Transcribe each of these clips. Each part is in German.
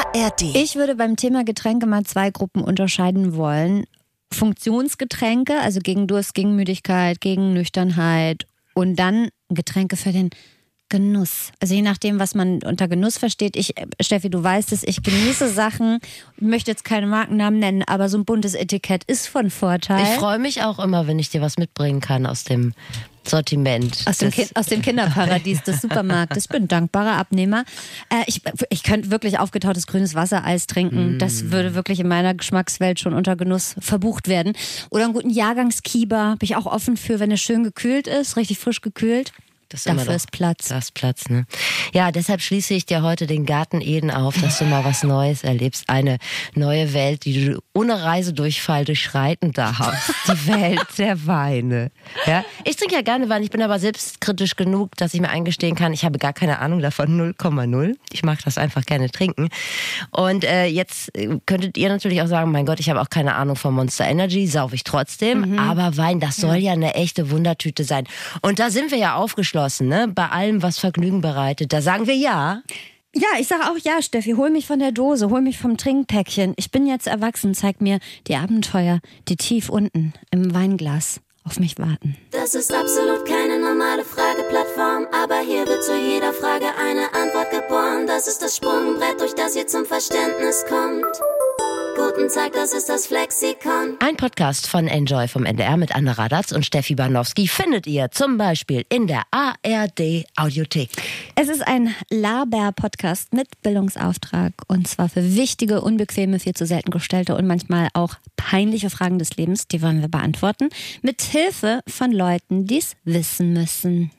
ARD. Ich würde beim Thema Getränke mal 2 Gruppen unterscheiden wollen. Funktionsgetränke, also gegen Durst, gegen Müdigkeit, gegen Nüchternheit und dann Getränke für den Genuss. Also je nachdem, was man unter Genuss versteht. Steffi, du weißt es, ich genieße Sachen, ich möchte jetzt keine Markennamen nennen, aber so ein buntes Etikett ist von Vorteil. Ich freue mich auch immer, wenn ich dir was mitbringen kann aus dem Sortiment. Aus dem Kinderparadies des Supermarktes. Ich bin ein dankbarer Abnehmer. Ich könnte wirklich aufgetautes grünes Wassereis trinken. Das würde wirklich in meiner Geschmackswelt schon unter Genuss verbucht werden. Oder einen guten Jahrgangskieber. Bin ich auch offen für, wenn er schön gekühlt ist, richtig frisch gekühlt. Dafür ist Platz. Da ist Platz, ne? Ja, deshalb schließe ich dir heute den Garten Eden auf, dass du mal was Neues erlebst. Eine neue Welt, die du ohne Reisedurchfall durchschreiten darfst. Die Welt der Weine. Ja? Ich trinke ja gerne Wein, ich bin aber selbstkritisch genug, dass ich mir eingestehen kann, ich habe gar keine Ahnung davon, 0,0. Ich mag das einfach gerne trinken. Und jetzt könntet ihr natürlich auch sagen, mein Gott, ich habe auch keine Ahnung von Monster Energy, saufe ich trotzdem. Aber Wein, das soll ja eine echte Wundertüte sein. Und da sind wir ja aufgeschlossen. Ne? Bei allem, was Vergnügen bereitet. Da sagen wir ja. Ja, ich sage auch ja, Steffi, hol mich von der Dose, hol mich vom Trinkpäckchen. Ich bin jetzt erwachsen, zeig mir die Abenteuer, die tief unten im Weinglas auf mich warten. Das ist absolut keine normale Frageplattform, aber hier wird zu jeder Frage eine Antwort geboren. Das ist das Sprungbrett, durch das ihr zum Verständnis kommt. Guten Tag, das ist das Flexikon. Ein Podcast von Enjoy vom NDR mit Anne Radatz und Steffi Banowski findet ihr zum Beispiel in der ARD Audiothek. Es ist ein Laber-Podcast mit Bildungsauftrag und zwar für wichtige, unbequeme, viel zu selten gestellte und manchmal auch peinliche Fragen des Lebens. Die wollen wir beantworten mit Hilfe von Leuten, die es wissen müssen.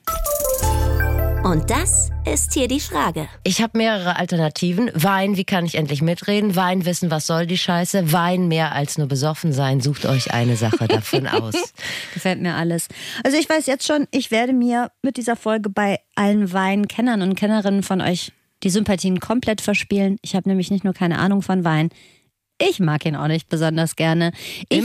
Und das ist hier die Frage. Ich habe mehrere Alternativen. Wein, wie kann ich endlich mitreden? Wein, wissen, was soll die Scheiße? Wein, mehr als nur besoffen sein. Sucht euch eine Sache davon aus. Gefällt mir alles. Also ich weiß jetzt schon, ich werde mir mit dieser Folge bei allen Weinkennern und Kennerinnen von euch die Sympathien komplett verspielen. Ich habe nämlich nicht nur keine Ahnung von Wein, ich mag ihn auch nicht besonders gerne. Ich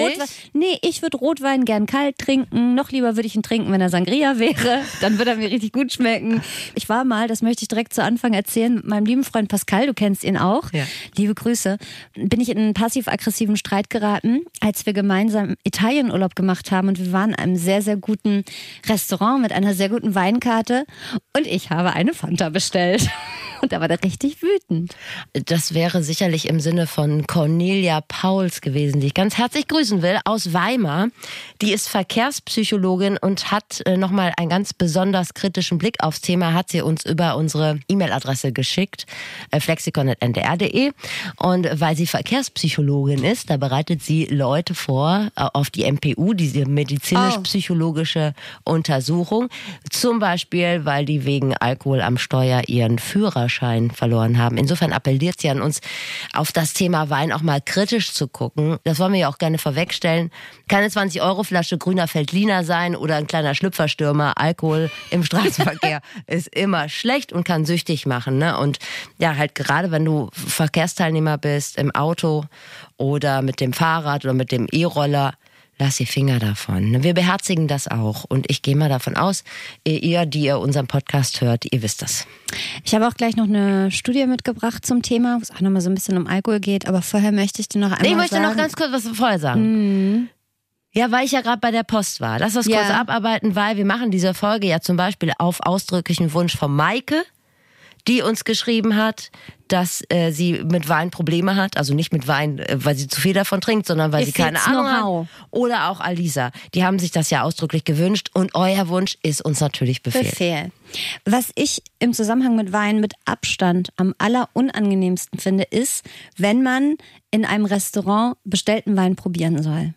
würde Rotwein gern kalt trinken. Noch lieber würde ich ihn trinken, wenn er Sangria wäre. Dann würde er mir richtig gut schmecken. Ich war mal, das möchte ich direkt zu Anfang erzählen, mit meinem lieben Freund Pascal, du kennst ihn auch. Ja. Liebe Grüße. Bin ich in einen passiv-aggressiven Streit geraten, als wir gemeinsam Italienurlaub gemacht haben. Und wir waren in einem sehr, sehr guten Restaurant mit einer sehr guten Weinkarte. Und ich habe eine Fanta bestellt. Und da war der richtig wütend. Das wäre sicherlich im Sinne von Cornelia Pauls gewesen, die ich ganz herzlich grüßen will, aus Weimar. Die ist Verkehrspsychologin und hat nochmal einen ganz besonders kritischen Blick aufs Thema, hat sie uns über unsere E-Mail-Adresse geschickt, flexikon@ndr.de. Und weil sie Verkehrspsychologin ist, da bereitet sie Leute vor auf die MPU, diese medizinisch-psychologische Untersuchung. Zum Beispiel, weil die wegen Alkohol am Steuer ihren Führerschein verloren haben. Insofern appelliert sie an uns, auf das Thema Wein auch mal kritisch zu gucken. Das wollen wir ja auch gerne vorwegstellen. Keine 20-Euro-Flasche grüner Veltliner sein oder ein kleiner Schlüpferstürmer. Alkohol im Straßenverkehr ist immer schlecht und kann süchtig machen. Ne? Und ja, halt gerade wenn du Verkehrsteilnehmer bist, im Auto oder mit dem Fahrrad oder mit dem E-Roller, lass die Finger davon. Wir beherzigen das auch. Und ich gehe mal davon aus, ihr, die ihr unseren Podcast hört, ihr wisst das. Ich habe auch gleich noch eine Studie mitgebracht zum Thema, wo es auch nochmal so ein bisschen um Alkohol geht. Aber vorher möchte ich dir noch einmal sagen... Ich möchte noch ganz kurz was vorher sagen. Ja, weil ich ja gerade bei der Post war. Lass uns kurz abarbeiten, weil wir machen diese Folge ja zum Beispiel auf ausdrücklichen Wunsch von Maike, die uns geschrieben hat, dass sie mit Wein Probleme hat. Also nicht mit Wein, weil sie zu viel davon trinkt, sondern weil sie keine Ahnung hat. Oder auch Alisa. Die haben sich das ja ausdrücklich gewünscht. Und euer Wunsch ist uns natürlich Befehl. Was ich im Zusammenhang mit Wein mit Abstand am allerunangenehmsten finde, ist, wenn man in einem Restaurant bestellten Wein probieren soll.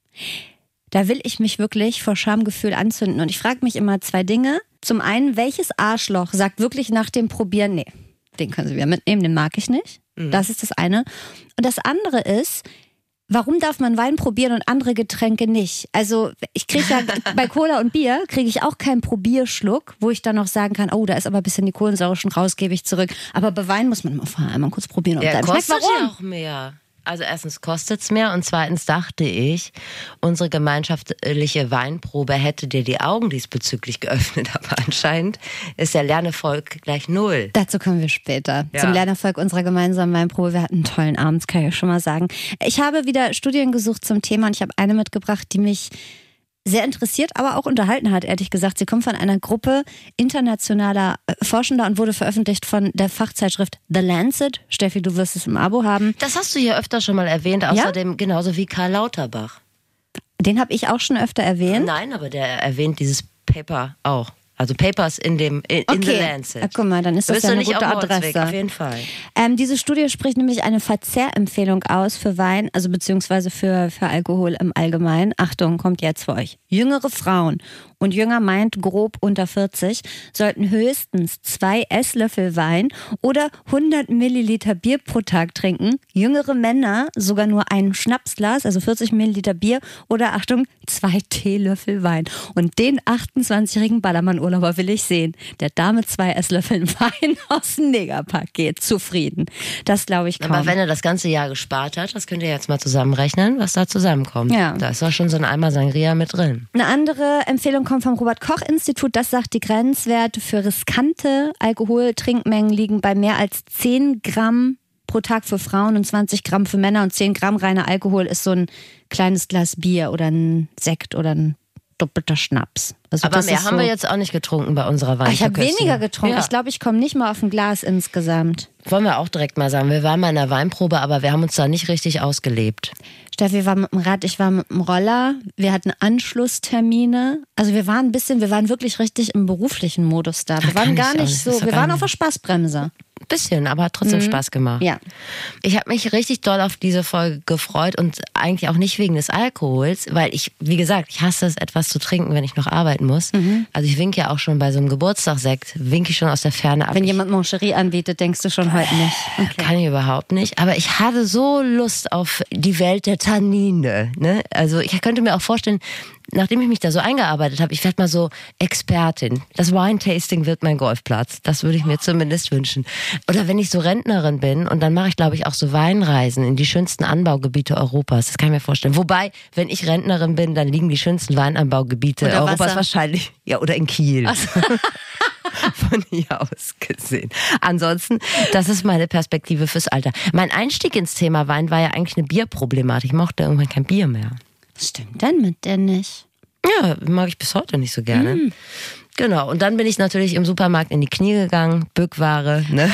Da will ich mich wirklich vor Schamgefühl anzünden. Und ich frage mich immer 2 Dinge. Zum einen, welches Arschloch sagt wirklich nach dem Probieren, nee, den können Sie wieder mitnehmen, den mag ich nicht. Das ist das eine. Und das andere ist, warum darf man Wein probieren und andere Getränke nicht? Also ich kriege ja bei Cola und Bier kriege ich auch keinen Probierschluck, wo ich dann noch sagen kann, oh, da ist aber ein bisschen die Kohlensäure schon raus, gebe ich zurück. Aber bei Wein muss man immer vorher einmal kurz probieren. Und ja, dann kostet schmeckt, warum? Ja auch mehr. Also erstens kostet es mehr und zweitens dachte ich, unsere gemeinschaftliche Weinprobe hätte dir die Augen diesbezüglich geöffnet, aber anscheinend ist der Lernerfolg gleich 0. Dazu kommen wir später. Ja. Zum Lernerfolg unserer gemeinsamen Weinprobe. Wir hatten einen tollen Abend, kann ich schon mal sagen. Ich habe wieder Studien gesucht zum Thema und ich habe eine mitgebracht, die mich sehr interessiert, aber auch unterhalten hat, ehrlich gesagt. Sie kommt von einer Gruppe internationaler Forschender und wurde veröffentlicht von der Fachzeitschrift The Lancet. Steffi, du wirst es im Abo haben. Das hast du hier öfter schon mal erwähnt, außerdem genauso wie Karl Lauterbach. Den habe ich auch schon öfter erwähnt. Nein, aber der erwähnt dieses Paper auch. Also Papers in The Lancet. Guck mal, dann ist das ja eine gute Adresse. Auf jeden Fall. Diese Studie spricht nämlich eine Verzehrempfehlung aus für Wein, also beziehungsweise für Alkohol im Allgemeinen. Achtung, kommt jetzt für euch. Jüngere Frauen, und jünger meint grob unter 40, sollten höchstens 2 Esslöffel Wein oder 100 Milliliter Bier pro Tag trinken. Jüngere Männer sogar nur ein Schnapsglas, also 40 Milliliter Bier oder, Achtung, 2 Teelöffel Wein. Und den 28-jährigen Ballermann-Urlauber will ich sehen, der da mit 2 Esslöffeln Wein aus dem Negerpark geht. Zufrieden. Das glaube ich kaum. Aber wenn er das ganze Jahr gespart hat, das könnt ihr jetzt mal zusammenrechnen, was da zusammenkommt. Ja. Da ist doch schon so ein Eimer Sangria mit drin. Eine andere Empfehlung kommt vom Robert-Koch-Institut. Das sagt, die Grenzwerte für riskante Alkoholtrinkmengen liegen bei mehr als 10 Gramm pro Tag für Frauen und 20 Gramm für Männer. Und 10 Gramm reiner Alkohol ist so ein kleines Glas Bier oder ein Sekt oder ein doppelter Schnaps. Also aber mehr haben wir jetzt auch nicht getrunken bei unserer Weinverköstung. Ich habe weniger getrunken. Ja. Ich glaube, ich komme nicht mal auf ein Glas insgesamt. Wollen wir auch direkt mal sagen, wir waren mal in der Weinprobe, aber wir haben uns da nicht richtig ausgelebt. Steffi war mit dem Rad, ich war mit dem Roller. Wir hatten Anschlusstermine. Also wir waren wirklich richtig im beruflichen Modus da. Wir waren gar nicht so, wir waren auf der Spaßbremse. Bisschen, aber hat trotzdem Spaß gemacht. Ja. Ich habe mich richtig doll auf diese Folge gefreut und eigentlich auch nicht wegen des Alkohols, weil ich, wie gesagt, ich hasse es, etwas zu trinken, wenn ich noch arbeiten muss. Also ich winke ja auch schon bei so einem Geburtstagssekt, winke ich schon aus der Ferne ab. Wenn jemand Moncherie anbietet, denkst du schon heute nicht. Okay. Kann ich überhaupt nicht. Aber ich hatte so Lust auf die Welt der Tannine. Ne? Also ich könnte mir auch vorstellen, nachdem ich mich da so eingearbeitet habe, ich werde mal so Expertin. Das Wine-Tasting wird mein Golfplatz. Das würde ich mir zumindest wünschen. Oder wenn ich so Rentnerin bin und dann mache ich, glaube ich, auch so Weinreisen in die schönsten Anbaugebiete Europas. Das kann ich mir vorstellen. Wobei, wenn ich Rentnerin bin, dann liegen die schönsten Weinanbaugebiete Europas wahrscheinlich. Ja, oder in Kiel. So. Von hier aus gesehen. Ansonsten, das ist meine Perspektive fürs Alter. Mein Einstieg ins Thema Wein war ja eigentlich eine Bierproblematik. Ich mochte irgendwann kein Bier mehr. Was stimmt denn mit der nicht? Ja, mag ich bis heute nicht so gerne. Genau, und dann bin ich natürlich im Supermarkt in die Knie gegangen, Bückware, ne?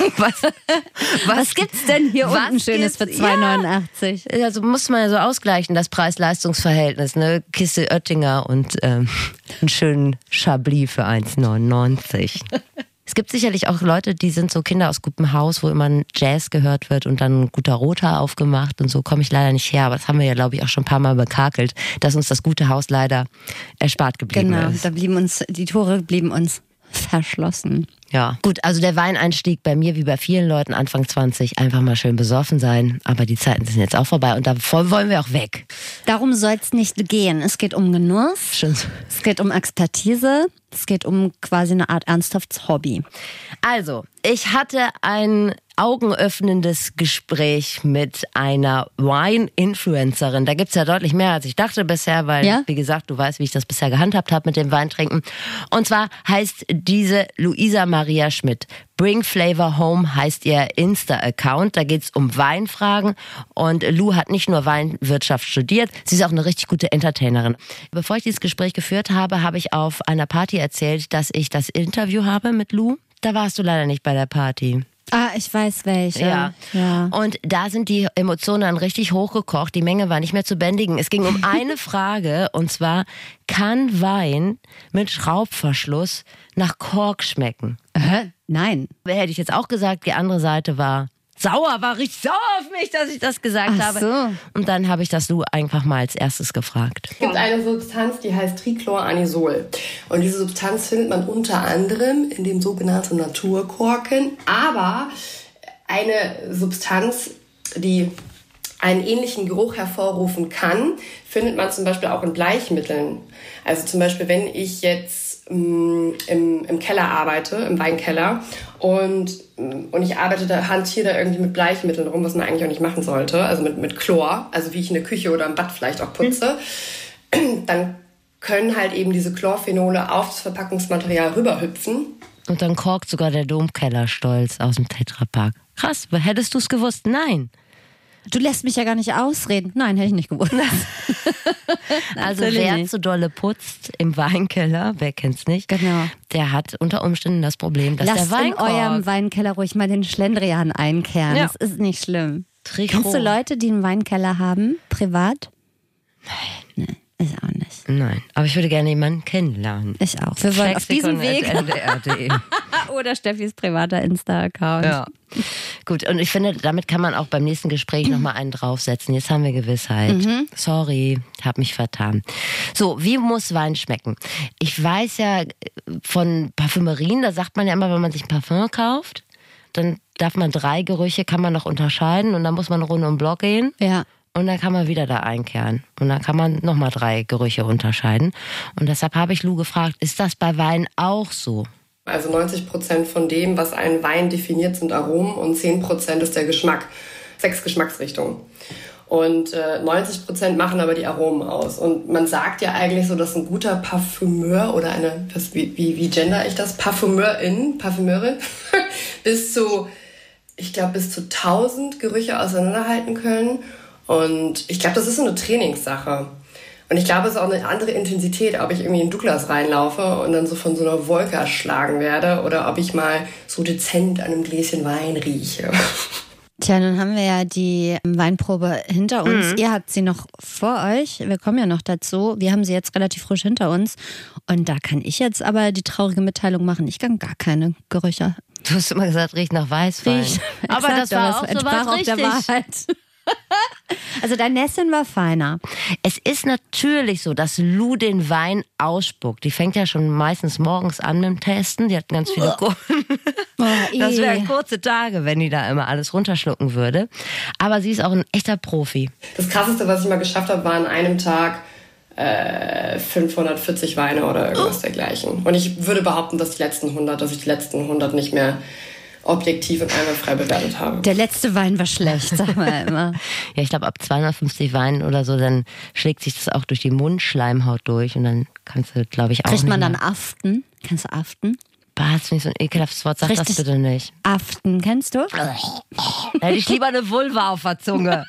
Was gibt's denn hier unten Schönes für 2,89? Ja, also muss man ja so ausgleichen, das Preis-Leistungs-Verhältnis, ne? Kiste Oettinger und einen schönen Chablis für 1,99. Es gibt sicherlich auch Leute, die sind so Kinder aus gutem Haus, wo immer ein Jazz gehört wird und dann ein guter Roter aufgemacht und so komme ich leider nicht her. Aber das haben wir ja, glaube ich, auch schon ein paar Mal bekakelt, dass uns das gute Haus leider erspart geblieben ist. Genau, die Tore blieben uns verschlossen. Ja, gut, also der Weineinstieg bei mir wie bei vielen Leuten Anfang 20, einfach mal schön besoffen sein. Aber die Zeiten sind jetzt auch vorbei und davon wollen wir auch weg. Darum soll es nicht gehen. Es geht um Genuss, es geht um Expertise, es geht um quasi eine Art ernsthaftes Hobby. Also, ich hatte ein augenöffnendes Gespräch mit einer Wine-Influencerin. Da gibt's ja deutlich mehr, als ich dachte bisher, weil, wie gesagt, du weißt, wie ich das bisher gehandhabt habe mit dem Weintrinken. Und zwar heißt diese Luisa Maria Schmidt. Bring Flavor Home heißt ihr Insta-Account. Da geht's um Weinfragen. Und Lu hat nicht nur Weinwirtschaft studiert, sie ist auch eine richtig gute Entertainerin. Bevor ich dieses Gespräch geführt habe, habe ich auf einer Party erzählt, dass ich das Interview habe mit Lu. Da warst du leider nicht bei der Party. Ah, ich weiß welche. Ja. Und da sind die Emotionen dann richtig hochgekocht. Die Menge war nicht mehr zu bändigen. Es ging um eine Frage, und zwar, kann Wein mit Schraubverschluss nach Kork schmecken? Nein. Hätte ich jetzt auch gesagt. Die andere Seite war richtig sauer auf mich, dass ich das gesagt habe. So. Und dann habe ich das Lu einfach mal als erstes gefragt. Es gibt eine Substanz, die heißt Trichloranisol. Und diese Substanz findet man unter anderem in dem sogenannten Naturkorken. Aber eine Substanz, die einen ähnlichen Geruch hervorrufen kann, findet man zum Beispiel auch in Bleichmitteln. Also zum Beispiel, wenn ich jetzt im Keller arbeite, im Weinkeller. Und ich arbeite da, hantiere da irgendwie mit Bleichmitteln rum, was man eigentlich auch nicht machen sollte. Also mit Chlor, also wie ich in der Küche oder im Bad vielleicht auch putze. Dann können halt eben diese Chlorphenole auf das Verpackungsmaterial rüberhüpfen. Und dann korkt sogar der Domkeller stolz aus dem Tetrapack. Krass, hättest du es gewusst? Nein. Du lässt mich ja gar nicht ausreden. Nein, hätte ich nicht gewusst. Also wer zu dolle putzt im Weinkeller, wer kennt's nicht, genau, der hat unter Umständen das Problem, dass lasst der Wein in eurem Weinkeller ruhig mal den Schlendrian einkehren. Ja. Das ist nicht schlimm. Kennst du Leute, die einen Weinkeller haben, privat? Nein. Nee, ich auch nicht. Nein, aber ich würde gerne jemanden kennenlernen. Ich auch. Wir wollen auf diesem Weg. NDR.de. Oder Steffis privater Insta-Account. Ja. Gut, und ich finde, damit kann man auch beim nächsten Gespräch nochmal einen draufsetzen. Jetzt haben wir Gewissheit. Sorry, hab mich vertan. So, wie muss Wein schmecken? Ich weiß ja von Parfümerien, da sagt man ja immer, wenn man sich ein Parfüm kauft, dann darf man 3 Gerüche, kann man noch unterscheiden und dann muss man rund um den Block gehen. Ja. Und dann kann man wieder da einkehren. Und dann kann man nochmal 3 Gerüche unterscheiden. Und deshalb habe ich Lou gefragt, ist das bei Wein auch so? Also 90% von dem, was einen Wein definiert, sind Aromen und 10% ist der Geschmack. 6 Geschmacksrichtungen. Und 90% machen aber die Aromen aus. Und man sagt ja eigentlich so, dass ein guter Parfümeur oder wie gender ich das? Parfümeurin bis zu 1000 Gerüche auseinanderhalten können. Und ich glaube, das ist so eine Trainingssache. Und ich glaube, es ist auch eine andere Intensität, ob ich irgendwie in Douglas reinlaufe und dann so von so einer Wolke erschlagen werde oder ob ich mal so dezent an einem Gläschen Wein rieche. Tja, nun haben wir ja die Weinprobe hinter uns. Ihr habt sie noch vor euch. Wir kommen ja noch dazu. Wir haben sie jetzt relativ frisch hinter uns. Und da kann ich jetzt aber die traurige Mitteilung machen. Ich kann gar keine Gerüche. Du hast immer gesagt, riecht nach Weißwein. Aber das war auch entsprach auch der Wahrheit. Also dein Näschen war feiner. Es ist natürlich so, dass Lou den Wein ausspuckt. Die fängt ja schon meistens morgens an mit dem Testen. Die hat ganz viele Das wären kurze Tage, wenn die da immer alles runterschlucken würde. Aber sie ist auch ein echter Profi. Das Krasseste, was ich mal geschafft habe, war an einem Tag 540 Weine oder irgendwas dergleichen. Und ich würde behaupten, dass ich die letzten 100 nicht mehr objektiv und einwandfrei bewertet habe. Der letzte Wein war schlecht, sagen wir immer. Ja, ich glaube, ab 250 Weinen oder so, dann schlägt sich das auch durch die Mundschleimhaut durch und dann kannst du, glaube ich, auch Kriegt man nicht dann Aften? Kennst du Aften? Bah, ist nicht so ein ekelhaftes Wort, sag Richtig. Das bitte nicht. Aften, kennst du? Da hätte ich lieber eine Vulva auf der Zunge.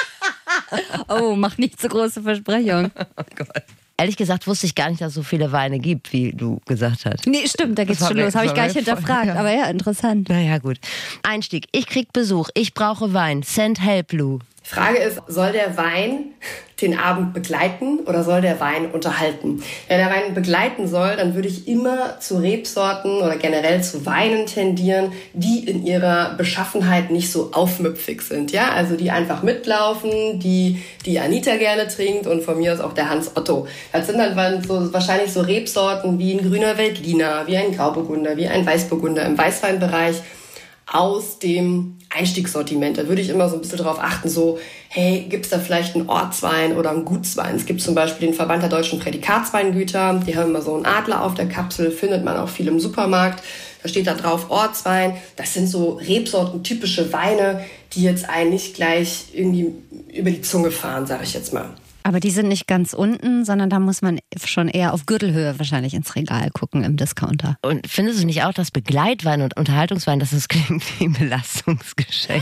Oh, mach nicht so große Versprechungen. Oh Gott. Ehrlich gesagt wusste ich gar nicht, dass es so viele Weine gibt, wie du gesagt hast. Nee, stimmt, da geht's schon los. Habe ich gar nicht hinterfragt, aber ja, interessant. Naja, gut. Einstieg. Ich krieg Besuch. Ich brauche Wein. Send help, Lou. Frage ist, soll der Wein den Abend begleiten oder soll der Wein unterhalten? Wenn der Wein begleiten soll, dann würde ich immer zu Rebsorten oder generell zu Weinen tendieren, die in ihrer Beschaffenheit nicht so aufmüpfig sind. Ja, also die einfach mitlaufen, die Anita gerne trinkt und von mir aus auch der Hans Otto. Das sind dann wahrscheinlich so Rebsorten wie ein grüner Veltliner, wie ein Grauburgunder, wie ein Weißburgunder im Weißweinbereich aus dem Einstiegssortiment. Da würde ich immer so ein bisschen darauf achten, so, hey, gibt's da vielleicht einen Ortswein oder einen Gutswein? Es gibt zum Beispiel den Verband der deutschen Prädikatsweingüter, die haben immer so einen Adler auf der Kapsel, findet man auch viel im Supermarkt. Da steht da drauf Ortswein. Das sind so Rebsorten-typische Weine, die jetzt einen nicht gleich irgendwie über die Zunge fahren, sage ich jetzt mal. Aber die sind nicht ganz unten, sondern da muss man schon eher auf Gürtelhöhe wahrscheinlich ins Regal gucken im Discounter. Und findest du nicht auch, dass Begleitwein und Unterhaltungswein, dass das klingt wie ein Belastungsgeschenk?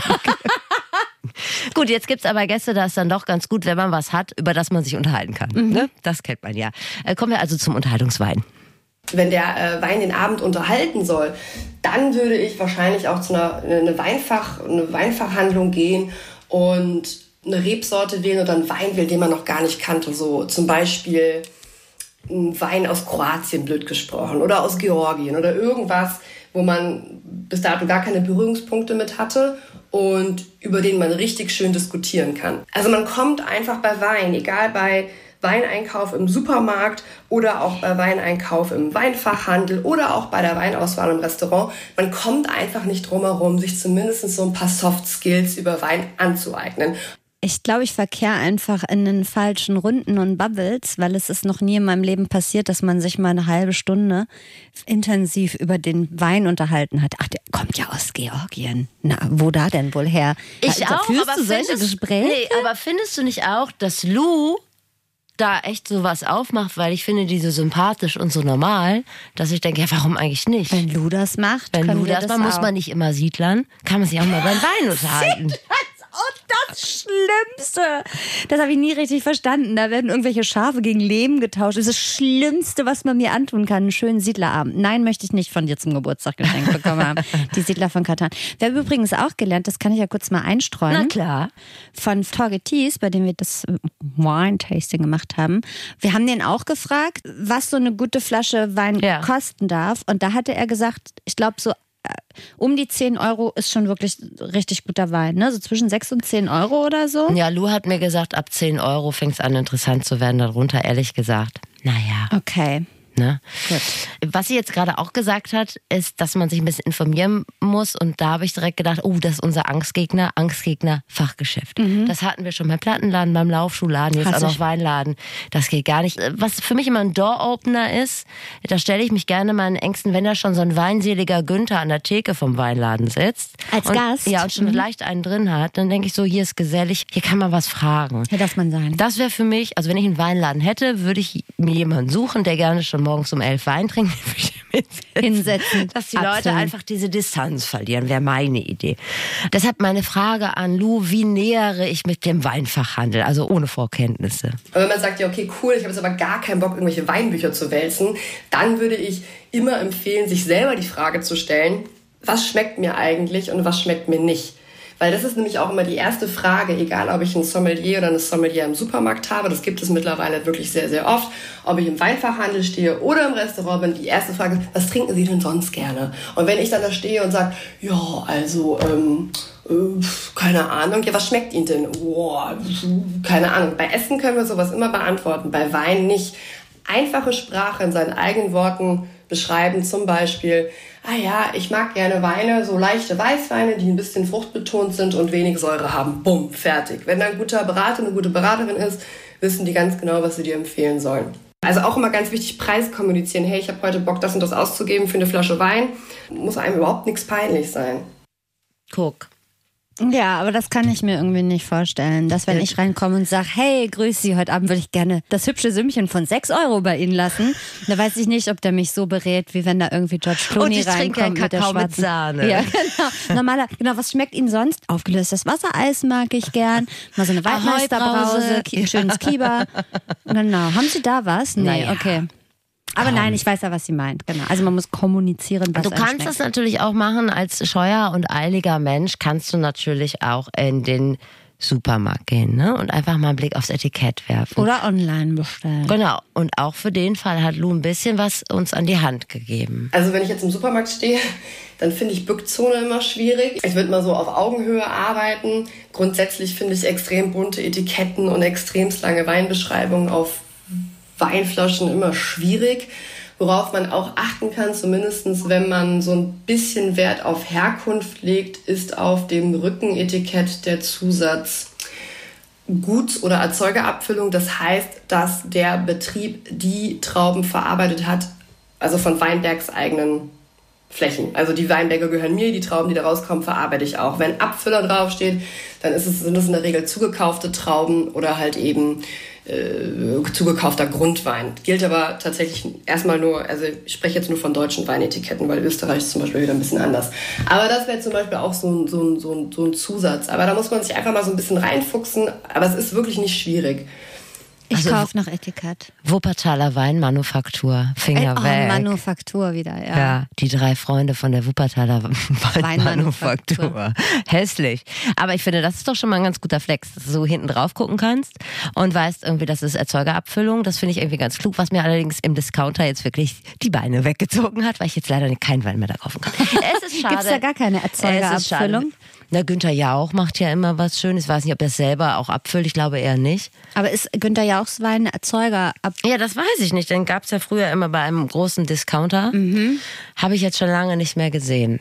Gut, jetzt gibt's aber Gäste, da ist dann doch ganz gut, wenn man was hat, über das man sich unterhalten kann. Ne? Das kennt man ja. Kommen wir also zum Unterhaltungswein. Wenn der Wein den Abend unterhalten soll, dann würde ich wahrscheinlich auch zu einer Weinfachhandlung gehen und eine Rebsorte wählen oder einen Wein wählen, den man noch gar nicht kannte. So zum Beispiel ein Wein aus Kroatien, blöd gesprochen, oder aus Georgien oder irgendwas, wo man bis dato gar keine Berührungspunkte mit hatte und über den man richtig schön diskutieren kann. Also man kommt einfach bei Wein, egal bei Weineinkauf im Supermarkt oder auch bei Weineinkauf im Weinfachhandel oder auch bei der Weinauswahl im Restaurant. Man kommt einfach nicht drum herum, sich zumindest so ein paar Soft Skills über Wein anzueignen. Ich glaube, ich verkehre einfach in den falschen Runden und Bubbles, weil es ist noch nie in meinem Leben passiert, dass man sich mal eine halbe Stunde intensiv über den Wein unterhalten hat. Ach, der kommt ja aus Georgien. Na, wo da denn wohl her? Ich auch, führst aber du solche Gespräche? Nee, aber findest du nicht auch, dass Lou da echt sowas aufmacht, weil ich finde die so sympathisch und so normal, dass ich denke, ja, warum eigentlich nicht? Wenn Lou das macht, Wenn können Lou wir das macht, muss auch. man nicht immer siedlern, kann man sich auch mal beim Wein unterhalten. Und das Schlimmste, das habe ich nie richtig verstanden. Da werden irgendwelche Schafe gegen Lehm getauscht. Das ist das Schlimmste, was man mir antun kann. Einen schönen Siedlerabend. Nein, möchte ich nicht von dir zum Geburtstag geschenkt bekommen haben. Die Siedler von Katan. Wir haben übrigens auch gelernt, das kann ich ja kurz mal einstreuen. Na klar. Von Torge Thies, bei dem wir das Wine-Tasting gemacht haben. Wir haben den auch gefragt, was so eine gute Flasche Wein kosten darf. Und da hatte er gesagt, ich glaube so um die 10 Euro ist schon wirklich richtig guter Wein, ne? So zwischen 6 und 10 Euro oder so. Ja, Lou hat mir gesagt, ab 10 Euro fängt es an interessant zu werden, darunter ehrlich gesagt. Naja. Okay. Ne? Gut. Was sie jetzt gerade auch gesagt hat, ist, dass man sich ein bisschen informieren muss. Und da habe ich direkt gedacht, oh, das ist unser Angstgegner Fachgeschäft. Das hatten wir schon beim Plattenladen, beim Laufschuhladen, jetzt auch noch Weinladen. Das geht gar nicht. Was für mich immer ein Door-Opener ist, da stelle ich mich gerne meinen Ängsten, wenn da schon so ein weinseliger Günther an der Theke vom Weinladen sitzt. Als Gast? Ja, und schon leicht einen drin hat, dann denke ich so, hier ist gesellig, hier kann man was fragen. Hier darf man sein. Das wäre für mich, also wenn ich einen Weinladen hätte, würde ich mir jemanden suchen, der gerne schon morgens um 11 Wein trinkt, hinsetzen. Dass die Leute einfach diese Distanz verlieren, wäre meine Idee. Deshalb meine Frage an Lou, wie nähere ich mit dem Weinfachhandel, also ohne Vorkenntnisse? Aber wenn man sagt, ja okay, cool, ich habe jetzt aber gar keinen Bock, irgendwelche Weinbücher zu wälzen, dann würde ich immer empfehlen, sich selber die Frage zu stellen, was schmeckt mir eigentlich und was schmeckt mir nicht? Weil das ist nämlich auch immer die erste Frage, egal ob ich einen Sommelier oder eine Sommelier im Supermarkt habe, das gibt es mittlerweile wirklich sehr, sehr oft, ob ich im Weinfachhandel stehe oder im Restaurant bin, die erste Frage ist, was trinken Sie denn sonst gerne? Und wenn ich dann da stehe und sage, ja, also, keine Ahnung, ja, was schmeckt Ihnen denn? Boah, keine Ahnung. Bei Essen können wir sowas immer beantworten, bei Wein nicht. Einfache Sprache in seinen eigenen Worten beschreiben, zum Beispiel, ich mag gerne Weine, so leichte Weißweine, die ein bisschen fruchtbetont sind und wenig Säure haben. Bumm, fertig. Wenn da ein guter Berater, eine gute Beraterin ist, wissen die ganz genau, was sie dir empfehlen sollen. Also auch immer ganz wichtig, Preis kommunizieren. Hey, ich habe heute Bock, das und das auszugeben für eine Flasche Wein. Muss einem überhaupt nichts peinlich sein. Guck. Ja, aber das kann ich mir irgendwie nicht vorstellen, dass wenn ich reinkomme und sage, hey, grüß Sie, heute Abend würde ich gerne das hübsche Sümmchen von 6 Euro bei Ihnen lassen. Da weiß ich nicht, ob der mich so berät, wie wenn da irgendwie George Clooney reinkommt mit der schwarzen mit Sahne. Ja, genau. Was schmeckt Ihnen sonst? Aufgelöstes Wassereis mag ich gern. Mal so eine Waldmeisterbrause, schönes Kieber. Genau. Haben Sie da was? Nee, naja. Okay. Aber nein, ich weiß ja, was sie meint. Genau. Also man muss kommunizieren, was Du kannst das natürlich auch machen als scheuer und eiliger Mensch, kannst du natürlich auch in den Supermarkt gehen, ne? Und einfach mal einen Blick aufs Etikett werfen. Oder online bestellen. Genau. Und auch für den Fall hat Lou ein bisschen was uns an die Hand gegeben. Also wenn ich jetzt im Supermarkt stehe, dann finde ich Bückzone immer schwierig. Ich würde mal so auf Augenhöhe arbeiten. Grundsätzlich finde ich extrem bunte Etiketten und extrem lange Weinbeschreibungen auf Weinflaschen immer schwierig. Worauf man auch achten kann, zumindest wenn man so ein bisschen Wert auf Herkunft legt, ist auf dem Rückenetikett der Zusatz Guts- oder Erzeugerabfüllung. Das heißt, dass der Betrieb die Trauben verarbeitet hat, also von Weinbergs eigenen Flächen. Also die Weinberge gehören mir, die Trauben, die da rauskommen, verarbeite ich auch. Wenn Abfüller draufsteht, dann sind es in der Regel zugekaufte Trauben oder halt eben zugekaufter Grundwein. Gilt aber tatsächlich erstmal nur, also ich spreche jetzt nur von deutschen Weinetiketten, weil Österreich ist zum Beispiel wieder ein bisschen anders. Aber das wäre zum Beispiel auch so ein Zusatz. Aber da muss man sich einfach mal so ein bisschen reinfuchsen. Aber es ist wirklich nicht schwierig. Ich Also, kaufe nach Etikett. Wuppertaler Weinmanufaktur, Finger weg. Manufaktur wieder, ja. Ja, die 3 Freunde von der Wuppertaler Weinmanufaktur. Hässlich. Aber ich finde, das ist doch schon mal ein ganz guter Flex, dass du so hinten drauf gucken kannst und weißt irgendwie, das ist Erzeugerabfüllung. Das finde ich irgendwie ganz klug, was mir allerdings im Discounter jetzt wirklich die Beine weggezogen hat, weil ich jetzt leider keinen Wein mehr da kaufen kann. Es ist schade. Gibt es da gar keine Erzeugerabfüllung? Na, Günther Jauch macht ja immer was Schönes. Ich weiß nicht, ob er es selber auch abfüllt. Ich glaube eher nicht. Aber ist Günther Jauchs Wein Erzeuger? Ja, das weiß ich nicht. Den gab es ja früher immer bei einem großen Discounter. Habe ich jetzt schon lange nicht mehr gesehen.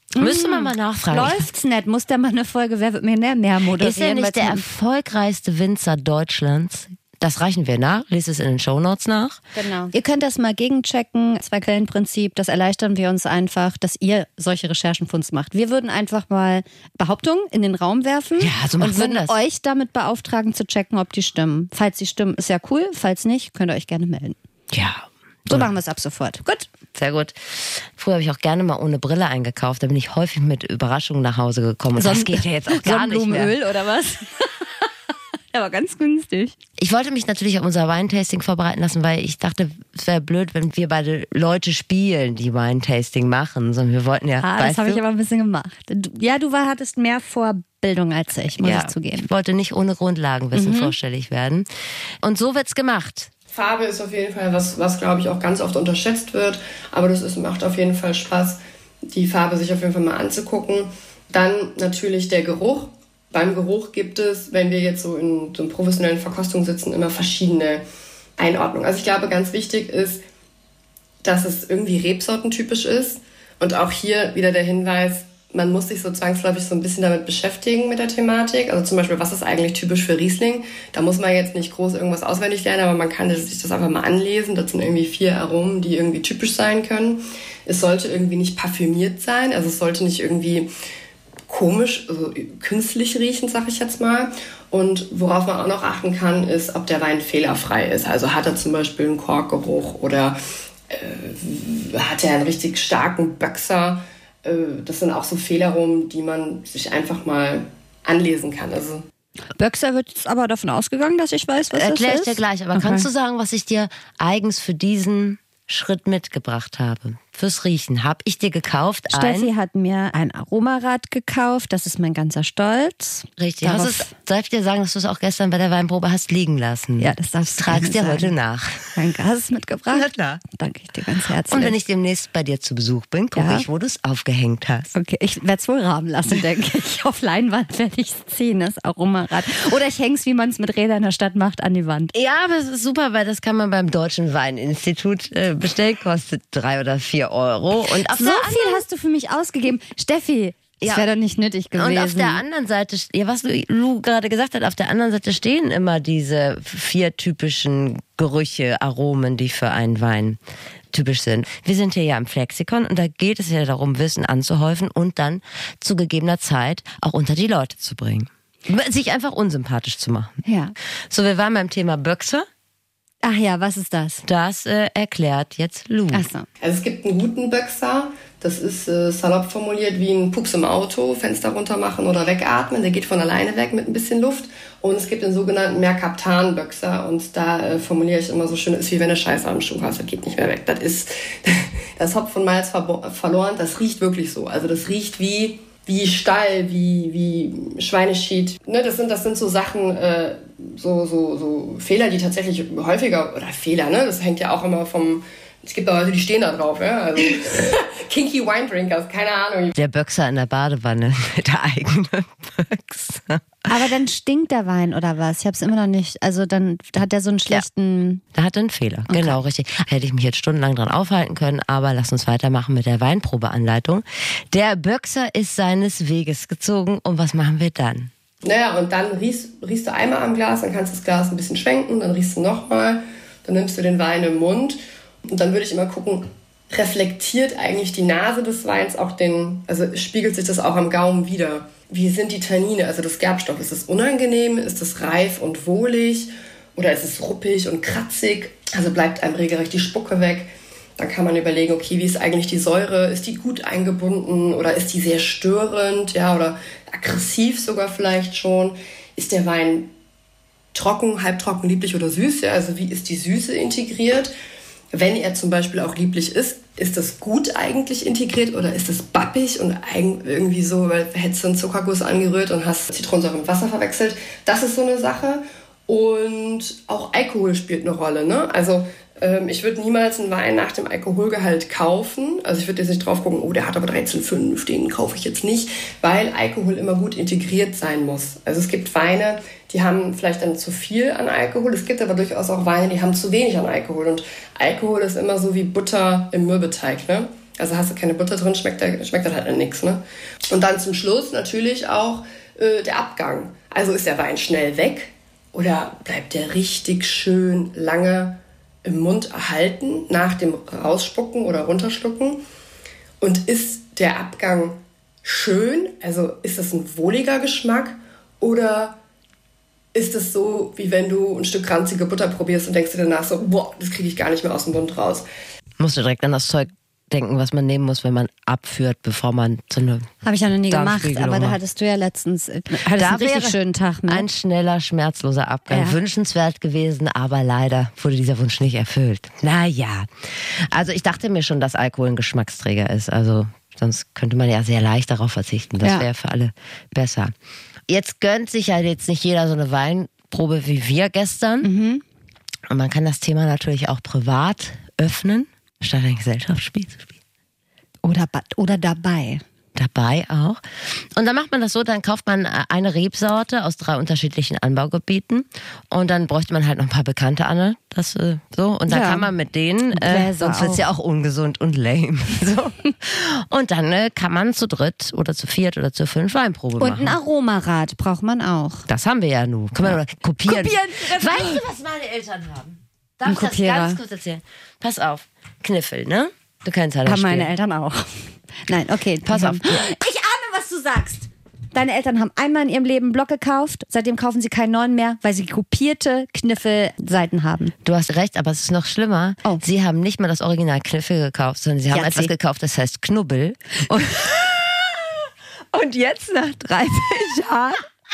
Müsste man mal nachfragen. Läuft's nicht? Muss der mal eine Folge Wer wird Millionär mehr moderieren? Ist er nicht der erfolgreichste Winzer Deutschlands? Das reichen wir nach. Lest es in den Shownotes nach. Genau. Ihr könnt das mal gegenchecken. 2-Quellen-Prinzip. Das erleichtern wir uns einfach, dass ihr solche Recherchen für uns macht. Wir würden einfach mal Behauptungen in den Raum werfen. Ja, so und würden das. euch damit beauftragen zu checken, ob die stimmen. Falls die stimmen, ist ja cool. Falls nicht, könnt ihr euch gerne melden. Ja. So machen wir es ab sofort. Gut. Sehr gut. Früher habe ich auch gerne mal ohne Brille eingekauft. Da bin ich häufig mit Überraschungen nach Hause gekommen. Und das geht ja jetzt auch gar nicht mehr. Sonnenblumenöl oder was? Aber ganz günstig. Ich wollte mich natürlich auf unser Weintasting vorbereiten lassen, weil ich dachte, es wäre blöd, wenn wir beide Leute spielen, die Weintasting machen. Sondern wir wollten ja. Das habe ich aber ein bisschen gemacht. Du hattest mehr Vorbildung als ich, muss ich zugeben. Ich wollte nicht ohne Grundlagenwissen vorstellig werden. Und so wird's gemacht. Farbe ist auf jeden Fall was glaube ich, auch ganz oft unterschätzt wird. Aber macht auf jeden Fall Spaß, die Farbe sich auf jeden Fall mal anzugucken. Dann natürlich der Geruch. Beim Geruch gibt es, wenn wir jetzt so in so einer professionellen Verkostung sitzen, immer verschiedene Einordnungen. Also ich glaube, ganz wichtig ist, dass es irgendwie rebsortentypisch ist. Und auch hier wieder der Hinweis, man muss sich so zwangsläufig so ein bisschen damit beschäftigen mit der Thematik. Also zum Beispiel, was ist eigentlich typisch für Riesling? Da muss man jetzt nicht groß irgendwas auswendig lernen, aber man kann sich das einfach mal anlesen. Das sind irgendwie 4 Aromen, die irgendwie typisch sein können. Es sollte irgendwie nicht parfümiert sein, also es sollte nicht irgendwie komisch, also künstlich riechen, sag ich jetzt mal. Und worauf man auch noch achten kann, ist, ob der Wein fehlerfrei ist. Also hat er zum Beispiel einen Korkgeruch oder hat er einen richtig starken Böxer. Das sind auch so Fehlaromen, die man sich einfach mal anlesen kann. Also Böxer wird jetzt aber davon ausgegangen, dass ich weiß, was das ist? Erklär ich dir gleich, aber kannst du sagen, was ich dir eigens für diesen Schritt mitgebracht habe? Fürs Riechen habe ich dir gekauft. Steffi hat mir ein Aromarad gekauft. Das ist mein ganzer Stolz. Richtig. Soll ich dir sagen, dass du es auch gestern bei der Weinprobe hast liegen lassen? Ja, das darfst du tragst dir sagen. Heute nach. Mein Gas mitgebracht. Na klar. Danke ich dir ganz herzlich. Und wenn ich demnächst bei dir zu Besuch bin, gucke ich, wo du es aufgehängt hast. Okay, ich werde es wohl rahmen lassen, denke ich. Auf Leinwand werde ich es ziehen, das Aromarad. Oder ich hänge es, wie man es mit Rädern in der Stadt macht, an die Wand. Ja, aber es ist super, weil das kann man beim Deutschen Weininstitut bestellen. Kostet 3 oder 4 Euro. Und so viel hast du für mich ausgegeben. Steffi, das wäre doch nicht nötig gewesen. Und auf der anderen Seite, was Lu gerade gesagt hat, auf der anderen Seite stehen immer diese 4 typischen Gerüche, Aromen, die für einen Wein typisch sind. Wir sind hier ja im Flexikon und da geht es ja darum, Wissen anzuhäufen und dann zu gegebener Zeit auch unter die Leute zu bringen. Sich einfach unsympathisch zu machen. Ja. So, wir waren beim Thema Böxer. Ach ja, was ist das? Das erklärt jetzt Lu. Ach so. Also es gibt einen guten Böxer, das ist salopp formuliert wie ein Pups im Auto, Fenster runter machen oder wegatmen, der geht von alleine weg mit ein bisschen Luft. Und es gibt den sogenannten Mercaptan-Böxer und da formuliere ich immer so schön, ist wie wenn du Scheiße am Schuh hast, das geht nicht mehr weg. Das Hopf von Malz verloren, das riecht wirklich so. Also das riecht wie Stall, wie Schweineschied. Ne, das sind so Sachen, so Fehler, die tatsächlich häufiger, oder Fehler, ne? Das hängt ja auch immer es gibt auch Leute, die stehen da drauf, ja? Also Kinky Wine Drinkers, keine Ahnung. Der Böxer in der Badewanne mit der eigenen Böxer. Aber dann stinkt der Wein oder was? Ich habe es immer noch nicht. Also dann hat der so einen schlechten... Ja, da hat er einen Fehler, okay. Genau, richtig. Hätte ich mich jetzt stundenlang dran aufhalten können, aber lass uns weitermachen mit der Weinprobeanleitung. Der Böxer ist seines Weges gezogen und was machen wir dann? Naja, und dann riechst du einmal am Glas, dann kannst du das Glas ein bisschen schwenken, dann riechst du nochmal, dann nimmst du den Wein im Mund und dann würde ich immer gucken, reflektiert eigentlich die Nase des Weins auch also spiegelt sich das auch am Gaumen wieder? Wie sind die Tannine, also das Gerbstoff? Ist es unangenehm? Ist es reif und wohlig? Oder ist es ruppig und kratzig? Also bleibt einem regelrecht die Spucke weg? Dann kann man überlegen, okay, wie ist eigentlich die Säure? Ist die gut eingebunden oder ist die sehr störend? Ja, oder aggressiv sogar vielleicht schon? Ist der Wein trocken, halbtrocken, lieblich oder süß? Ja, also wie ist die Süße integriert? Wenn er zum Beispiel auch lieblich ist das gut eigentlich integriert oder ist es bappig und irgendwie so, weil hättest du einen Zuckerguss angerührt und hast Zitronensäure mit Wasser verwechselt? Das ist so eine Sache. Und auch Alkohol spielt eine Rolle, ne? Also ich würde niemals einen Wein nach dem Alkoholgehalt kaufen. Also ich würde jetzt nicht drauf gucken, oh, der hat aber 13,5, den kaufe ich jetzt nicht, weil Alkohol immer gut integriert sein muss. Also es gibt Weine, die haben vielleicht dann zu viel an Alkohol. Es gibt aber durchaus auch Weine, die haben zu wenig an Alkohol. Und Alkohol ist immer so wie Butter im Mürbeteig, ne? Also hast du keine Butter drin, schmeckt das halt an nichts. Ne? Und dann zum Schluss natürlich auch der Abgang. Also ist der Wein schnell weg oder bleibt der richtig schön lange im Mund erhalten nach dem Rausspucken oder Runterschlucken? Und ist der Abgang schön? Also ist das ein wohliger Geschmack oder ist es so, wie wenn du ein Stück ranzige Butter probierst und denkst dir danach so, boah, das kriege ich gar nicht mehr aus dem Mund raus. Musst du direkt an das Zeug denken, was man nehmen muss, wenn man abführt, bevor man so eine Habe ich ja noch nie gemacht, Darmspiegelung aber da macht. hattest du ja letztens einen richtig schönen Tag. Ne? Ein schneller, schmerzloser Abgang. Wünschenswert gewesen, aber leider wurde dieser Wunsch nicht erfüllt. Naja, also ich dachte mir schon, dass Alkohol ein Geschmacksträger ist. Also sonst könnte man ja sehr leicht darauf verzichten. Das wäre für alle besser. Jetzt gönnt sich ja jetzt nicht jeder so eine Weinprobe wie wir gestern. Und man kann das Thema natürlich auch privat öffnen, statt ein Gesellschaftsspiel zu spielen. Oder dabei. Dabei auch. Und dann macht man das so, dann kauft man eine Rebsorte aus 3 unterschiedlichen Anbaugebieten und dann bräuchte man halt noch ein paar Bekannte an, das so. Und dann kann man mit denen, sonst wird es ja auch ungesund und lame. So. Und dann kann man zu dritt oder zu viert oder zu 5 Weinprobe machen. Und ein Aromarad braucht man auch. Das haben wir ja nun. Können wir kopieren. Weißt du, was meine Eltern haben? Darf ich das ganz kurz erzählen? Pass auf. Kniffel, ne? Du kennst ja das Haben Spiel. meine Eltern auch. Nein, okay. Pass auf. Ich ahne, was du sagst. Deine Eltern haben einmal in ihrem Leben einen Block gekauft, seitdem kaufen sie keinen neuen mehr, weil sie kopierte Kniffelseiten haben. Du hast recht, aber es ist noch schlimmer. Oh. Sie haben nicht mal das Original Kniffel gekauft, sondern sie haben etwas gekauft, das heißt Knubbel. Und jetzt nach 30 Jahren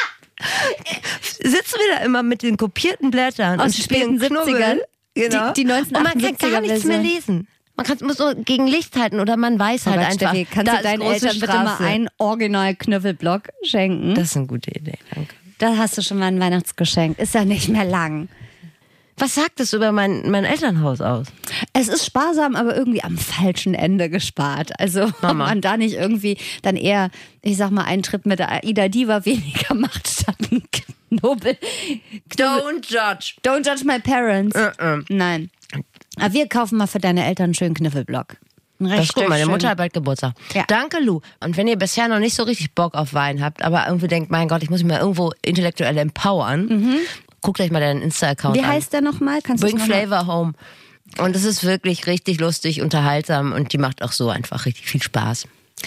sitzen wir da immer mit den kopierten Blättern Aus und spielen späten Knubbel. 70ern. Genau. Die 1978er und man kann gar nichts mehr lesen. Man muss so gegen Licht halten oder man weiß halt einfach. Steffi, kannst da du deinen ist große Eltern bitte mal Straße. einen Original-Knüffelblock schenken? Das ist eine gute Idee, danke. Da hast du schon mal ein Weihnachtsgeschenk. Ist ja nicht mehr lang. Was sagt es über mein Elternhaus aus? Es ist sparsam, aber irgendwie am falschen Ende gespart. Also ob man da nicht irgendwie dann eher, ich sag mal, einen Trip mit der Aida Diva weniger macht statt ein Knubbel. Don't judge. Don't judge my parents. Nein. Aber wir kaufen mal für deine Eltern einen schönen Kniffelblock. Das ist gut, meine Mutter hat bald Geburtstag. Ja. Danke, Lou. Und wenn ihr bisher noch nicht so richtig Bock auf Wein habt, aber irgendwie denkt, mein Gott, ich muss mich mal irgendwo intellektuell empowern, guckt euch mal deinen Insta-Account an. Wie heißt der nochmal? Bring Flavor Home. Und es ist wirklich richtig lustig, unterhaltsam und die macht auch so einfach richtig viel Spaß.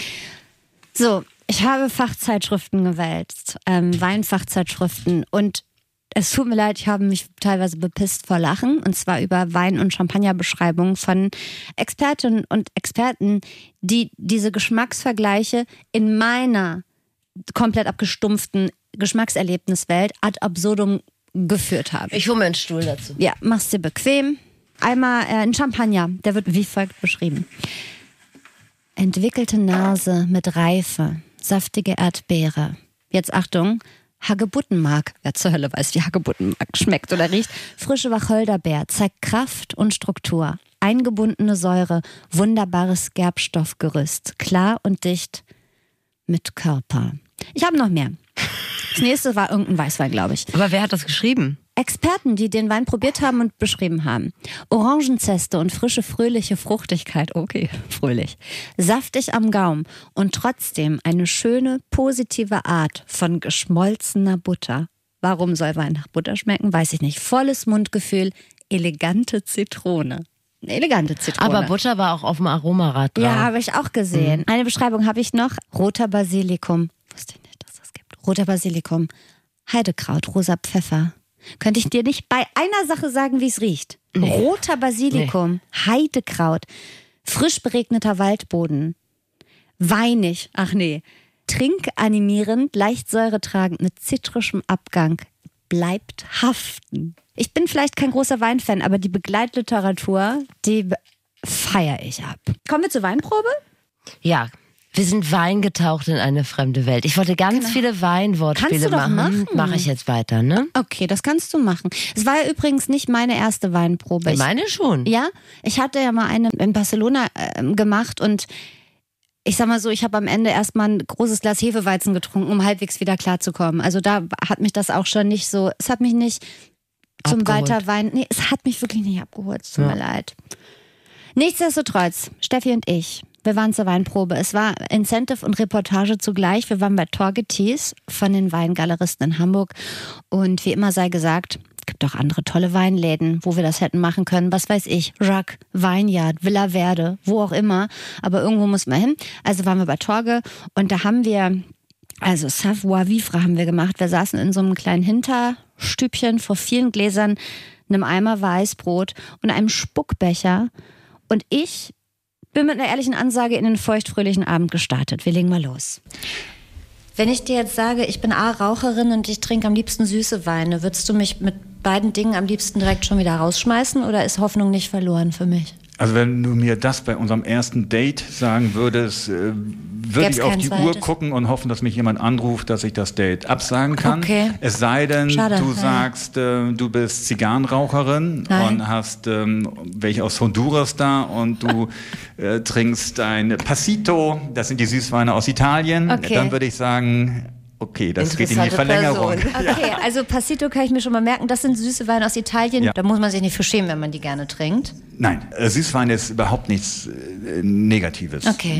So, ich habe Fachzeitschriften gewälzt, Weinfachzeitschriften, und es tut mir leid, ich habe mich teilweise bepisst vor Lachen, und zwar über Wein- und Champagnerbeschreibungen von Expertinnen und Experten, die diese Geschmacksvergleiche in meiner komplett abgestumpften Geschmackserlebniswelt ad absurdum geführt haben. Ich hole mir einen Stuhl dazu. Ja, mach's dir bequem. Einmal ein Champagner, der wird wie folgt beschrieben. Entwickelte Nase mit Reife, saftige Erdbeere. Jetzt Achtung, Hagebuttenmark. Wer zur Hölle weiß, wie Hagebuttenmark schmeckt oder riecht. Frische Wacholderbeer, zeigt Kraft und Struktur. Eingebundene Säure, wunderbares Gerbstoffgerüst. Klar und dicht mit Körper. Ich habe noch mehr. Das nächste war irgendein Weißwein, glaube ich. Aber wer hat das geschrieben? Experten, die den Wein probiert haben und beschrieben haben. Orangenzeste und frische, fröhliche Fruchtigkeit. Okay, fröhlich. Saftig am Gaumen und trotzdem eine schöne, positive Art von geschmolzener Butter. Warum soll Wein nach Butter schmecken? Weiß ich nicht. Volles Mundgefühl, elegante Zitrone. Elegante Zitrone. Aber Butter war auch auf dem Aromarad drauf. Ja, habe ich auch gesehen. Eine Beschreibung habe ich noch. Roter Basilikum. Wusste ich nicht, dass das gibt. Roter Basilikum. Heidekraut, rosa Pfeffer. Könnte ich dir nicht bei einer Sache sagen, wie es riecht? Nee. Roter Basilikum, Heidekraut, frisch beregneter Waldboden, weinig, ach nee, trinkanimierend, leicht säuretragend, mit zitrischem Abgang, bleibt haften. Ich bin vielleicht kein großer Weinfan, aber die Begleitliteratur, die feiere ich ab. Kommen wir zur Weinprobe? Ja. Wir sind weingetaucht in eine fremde Welt. Ich wollte ganz viele Weinwortspiele machen. Mache ich jetzt weiter, ne? Okay, das kannst du machen. Es war ja übrigens nicht meine erste Weinprobe. Meine schon. Ja, ich hatte ja mal eine in Barcelona gemacht und ich sag mal so, ich habe am Ende erstmal ein großes Glas Hefeweizen getrunken, um halbwegs wieder klarzukommen. Also da hat mich das auch schon nicht so, es hat mich nicht zum Weiterweinen, nee, es hat mich wirklich nicht abgeholt, es tut mir leid. Nichtsdestotrotz, Steffi und ich Wir waren zur Weinprobe. Es war Incentive und Reportage zugleich. Wir waren bei Torge Thies von den Weingaleristen in Hamburg. Und wie immer sei gesagt, es gibt auch andere tolle Weinläden, wo wir das hätten machen können. Was weiß ich, Jacques, Weinjard, Villa Verde, wo auch immer. Aber irgendwo muss man hin. Also waren wir bei Torge und da haben wir, also Savoir-vivre haben wir gemacht. Wir saßen in so einem kleinen Hinterstübchen vor vielen Gläsern, einem Eimer Weißbrot und einem Spuckbecher. Und ich bin mit einer ehrlichen Ansage in den feuchtfröhlichen Abend gestartet. Wir legen mal los. Wenn ich dir jetzt sage, ich bin Raucherin und ich trinke am liebsten süße Weine, würdest du mich mit beiden Dingen am liebsten direkt schon wieder rausschmeißen oder ist Hoffnung nicht verloren für mich? Also wenn du mir das bei unserem ersten Date sagen würdest, würde ich auf die Uhr gucken und hoffen, dass mich jemand anruft, dass ich das Date absagen kann. Okay. Es sei denn, du sagst, du bist Zigarrenraucherin und hast welche aus Honduras da und du trinkst ein Passito, das sind die Süßweine aus Italien. Okay. Dann würde ich sagen, okay, das geht in die Verlängerung. Okay, also Passito kann ich mir schon mal merken, das sind süße Weine aus Italien. Ja. Da muss man sich nicht für schämen, wenn man die gerne trinkt. Nein, Süßwein ist überhaupt nichts Negatives. Okay,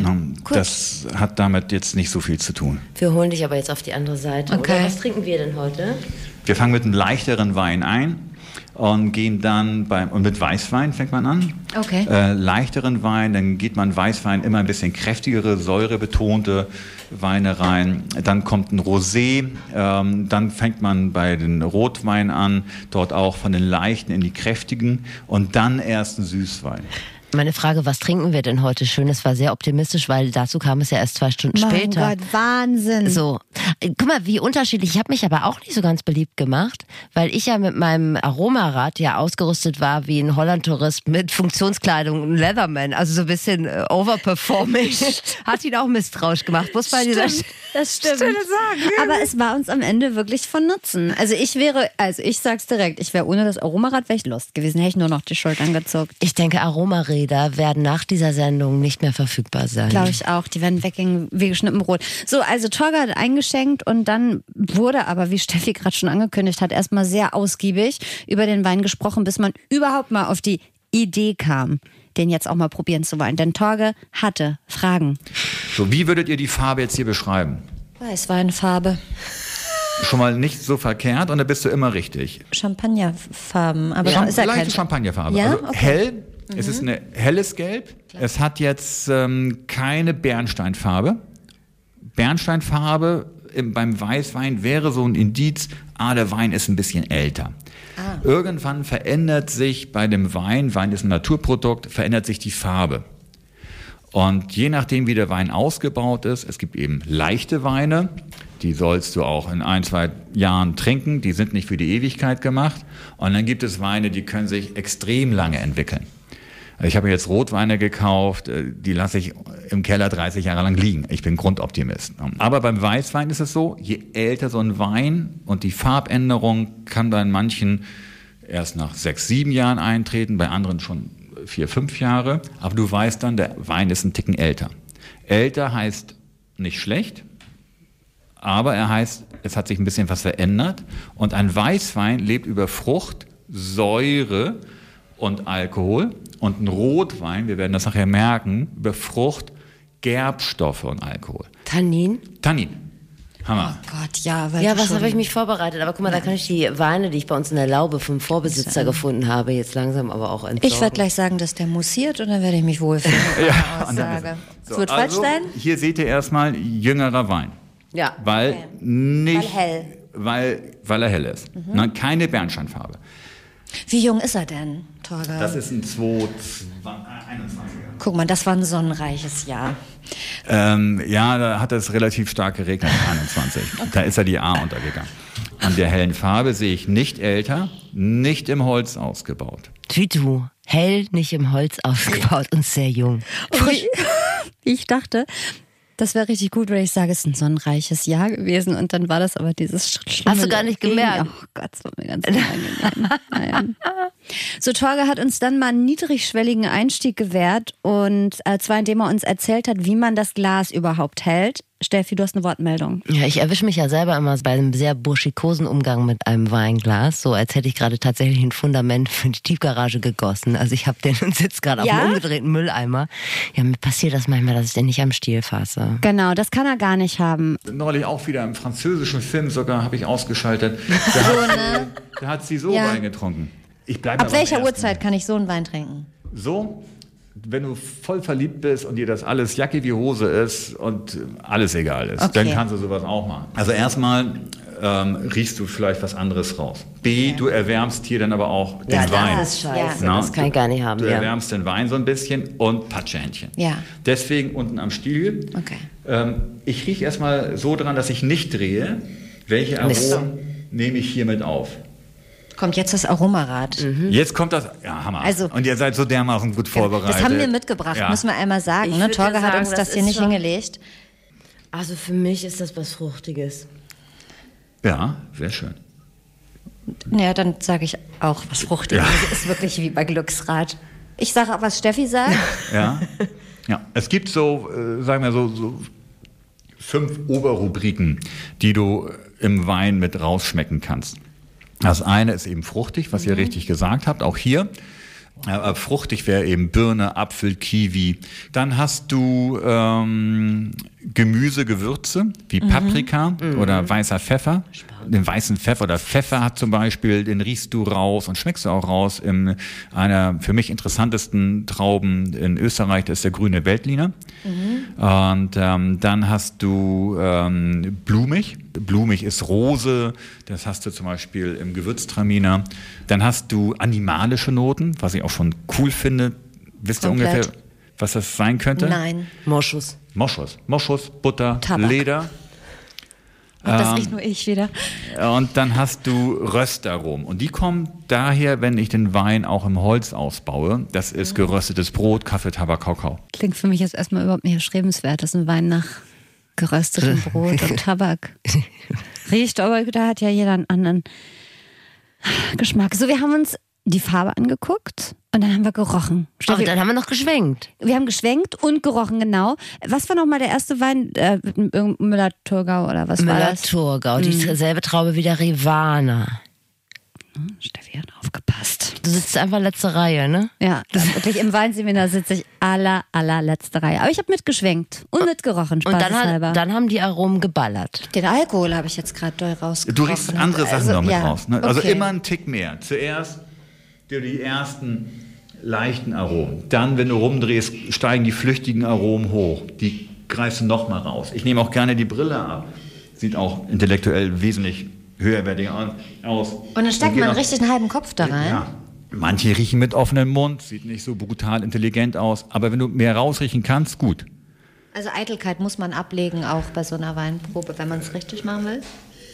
das hat damit jetzt nicht so viel zu tun. Wir holen dich aber jetzt auf die andere Seite. Okay. Oder was trinken wir denn heute? Wir fangen mit einem leichteren Wein ein und gehen dann und mit Weißwein fängt man an. Okay. Leichteren Wein, dann geht man Weißwein immer ein bisschen kräftigere, säurebetonte Weine rein. Dann kommt ein Rosé, dann fängt man bei den Rotwein an, dort auch von den leichten in die kräftigen und dann erst ein Süßwein. Meine Frage, was trinken wir denn heute schön? Es war sehr optimistisch, weil dazu kam es ja erst 2 Stunden später. Mein Gott, Wahnsinn. So, guck mal, wie unterschiedlich. Ich habe mich aber auch nicht so ganz beliebt gemacht, weil ich ja mit meinem Aromarad ja ausgerüstet war wie ein Holland-Tourist mit Funktionskleidung und Leatherman. Also so ein bisschen overperforming. Hat ihn auch misstrauisch gemacht. Muss man dieser das stimmt. Stelle sagen. Aber es war uns am Ende wirklich von Nutzen. Also ich sag's direkt, ich wäre ohne das Aromarad wäre ich lost gewesen. Hätte ich nur noch die Schultern gezuckt. Ich denke, Aromaräder werden nach dieser Sendung nicht mehr verfügbar sein. Glaube ich auch. Die werden weggehen wie geschnitten Brot. So, also Torge hat eingeschenkt und dann wurde aber, wie Steffi gerade schon angekündigt hat, erstmal sehr ausgiebig über den Wein gesprochen, bis man überhaupt mal auf die Idee kam, den jetzt auch mal probieren zu wollen. Denn Torge hatte Fragen. So, wie würdet ihr die Farbe jetzt hier beschreiben? Weißweinfarbe. Schon mal nicht so verkehrt und da bist du immer richtig. Champagnerfarben. Aber ist ja leichte Champagnerfarbe. Ja? Also hell. Es ist ein helles Gelb. Klar. Es hat jetzt keine Bernsteinfarbe. Bernsteinfarbe beim Weißwein wäre so ein Indiz, der Wein ist ein bisschen älter. Irgendwann verändert sich bei dem Wein ist ein Naturprodukt, verändert sich die Farbe. Und je nachdem, wie der Wein ausgebaut ist, es gibt eben leichte Weine, die sollst du auch in 1-2 Jahren trinken, die sind nicht für die Ewigkeit gemacht. Und dann gibt es Weine, die können sich extrem lange entwickeln. Ich habe jetzt Rotweine gekauft, die lasse ich im Keller 30 Jahre lang liegen. Ich bin Grundoptimist. Aber beim Weißwein ist es so, je älter so ein Wein und die Farbänderung kann bei manchen erst nach 6-7 Jahren eintreten, bei anderen schon 4-5 Jahre. Aber du weißt dann, der Wein ist ein Ticken älter. Älter heißt nicht schlecht, aber er heißt, es hat sich ein bisschen was verändert. Und ein Weißwein lebt über Frucht, Säure und Alkohol. Und ein Rotwein, wir werden das nachher merken, über Frucht, Gerbstoffe und Alkohol. Tannin? Tannin. Hammer. Oh Gott, ja. Ja, was habe ich mich vorbereitet? Aber guck mal, da kann ich die Weine, die ich bei uns in der Laube vom Vorbesitzer gefunden habe, jetzt langsam aber auch entsorgen. Ich werde gleich sagen, dass der mussiert und dann werde ich mich wohlfühlen. Ja, es wird falsch sein? Hier seht ihr erstmal jüngerer Wein. Ja. Weil hell. Weil er hell ist. Nein, keine Bernsteinfarbe. Wie jung ist er denn, Torge? Das ist ein 21er. Guck mal, das war ein sonnenreiches Jahr. Ja, da hat es relativ stark geregnet, 21. Okay. Da ist ja die A untergegangen. An der hellen Farbe sehe ich nicht älter, nicht im Holz ausgebaut. Tütu, hell, nicht im Holz ausgebaut und sehr jung. Ich dachte, das wäre richtig gut, wenn ich sage, es ist ein sonnenreiches Jahr gewesen und dann war das aber dieses schlimme. Hast du gar nicht gemerkt? Oh Gott, das war mir ganz unangenehm. Naja. So, Torge hat uns dann mal einen niedrigschwelligen Einstieg gewährt und zwar indem er uns erzählt hat, wie man das Glas überhaupt hält. Steffi, du hast eine Wortmeldung. Ja, ich erwische mich ja selber immer bei einem sehr burschikosen Umgang mit einem Weinglas, so als hätte ich gerade tatsächlich ein Fundament für die Tiefgarage gegossen. Also ich habe den und sitze gerade auf einem umgedrehten Mülleimer. Ja, mir passiert das manchmal, dass ich den nicht am Stiel fasse. Genau, das kann er gar nicht haben. Neulich auch wieder im französischen Film sogar, habe ich ausgeschaltet. Da hat sie so Wein getrunken. Ab welcher Uhrzeit kann ich so einen Wein trinken? So, wenn du voll verliebt bist und dir das alles Jacke wie Hose ist und alles egal ist, dann kannst du sowas auch machen. Also erstmal riechst du vielleicht was anderes raus. B, du erwärmst hier dann aber auch den Wein. Das ist scheiße, das kann ich gar nicht haben. Du erwärmst den Wein so ein bisschen und Patschhähnchen. Ja. Deswegen unten am Stiel. Okay. Ich rieche erstmal so dran, dass ich nicht drehe. Welche Aromen nehme ich hiermit auf? Kommt jetzt das Aromarad. Jetzt kommt das, ja, Hammer. Also, und ihr seid so dermaßen gut vorbereitet. Das haben wir mitgebracht, müssen wir einmal sagen. Ne? Torge hat uns das hier nicht hingelegt. Also für mich ist das was Fruchtiges. Ja, sehr schön. Ja, dann sage ich auch was Fruchtiges. Das ist wirklich wie bei Glücksrad. Ich sage auch, was Steffi sagt. Ja. Es gibt so, sagen wir so 5 Oberrubriken, die du im Wein mit rausschmecken kannst. Das eine ist eben fruchtig, was ihr richtig gesagt habt, auch hier. Fruchtig wäre eben Birne, Apfel, Kiwi. Dann hast du Gemüse, Gewürze wie Paprika oder weißer Pfeffer. Den weißen Pfeffer oder Pfeffer hat zum Beispiel, den riechst du raus und schmeckst du auch raus. In einer für mich interessantesten Trauben in Österreich, das ist der grüne Veltliner. Und dann hast du blumig. Blumig ist Rose, das hast du zum Beispiel im Gewürztraminer. Dann hast du animalische Noten, was ich auch schon cool finde. Wisst ihr ungefähr, was das sein könnte? Nein. Moschus, Butter, Tabak. Leder. Das riecht nur ich wieder. Und dann hast du Röstaromen. Und die kommen daher, wenn ich den Wein auch im Holz ausbaue. Das ist geröstetes Brot, Kaffee, Tabak, Kakao. Klingt für mich jetzt erstmal überhaupt nicht erstrebenswert, dass ein Wein nach geröstetem Brot und Tabak riecht. Aber da hat ja jeder einen anderen Geschmack. So, wir haben uns die Farbe angeguckt und dann haben wir gerochen. Aber dann haben wir noch geschwenkt. Wir haben geschwenkt und gerochen, genau. Was war nochmal der erste Wein? Müller-Thurgau oder was war das? Müller-Thurgau, dieselbe Traube wie der Rivana. Steffi hat aufgepasst. Du sitzt einfach letzte Reihe, ne? Ja, wirklich im Weinseminar sitze ich allerletzte Reihe. Aber ich habe mitgeschwenkt und mitgerochen, spaßeshalber. Und dann haben die Aromen geballert. Den Alkohol habe ich jetzt gerade doll rausgekommen. Du riechst andere Sachen noch mit raus. Ne? Also okay. immer einen Tick mehr. Zuerst die ersten leichten Aromen. Dann, wenn du rumdrehst, steigen die flüchtigen Aromen hoch. Die greifst du noch mal raus. Ich nehme auch gerne die Brille ab. Sieht auch intellektuell wesentlich höherwertiger aus. Und dann steckt man richtig einen halben Kopf da rein? Ja. Manche riechen mit offenem Mund, sieht nicht so brutal intelligent aus. Aber wenn du mehr rausriechen kannst, gut. Also Eitelkeit muss man ablegen, auch bei so einer Weinprobe, wenn man es richtig machen will?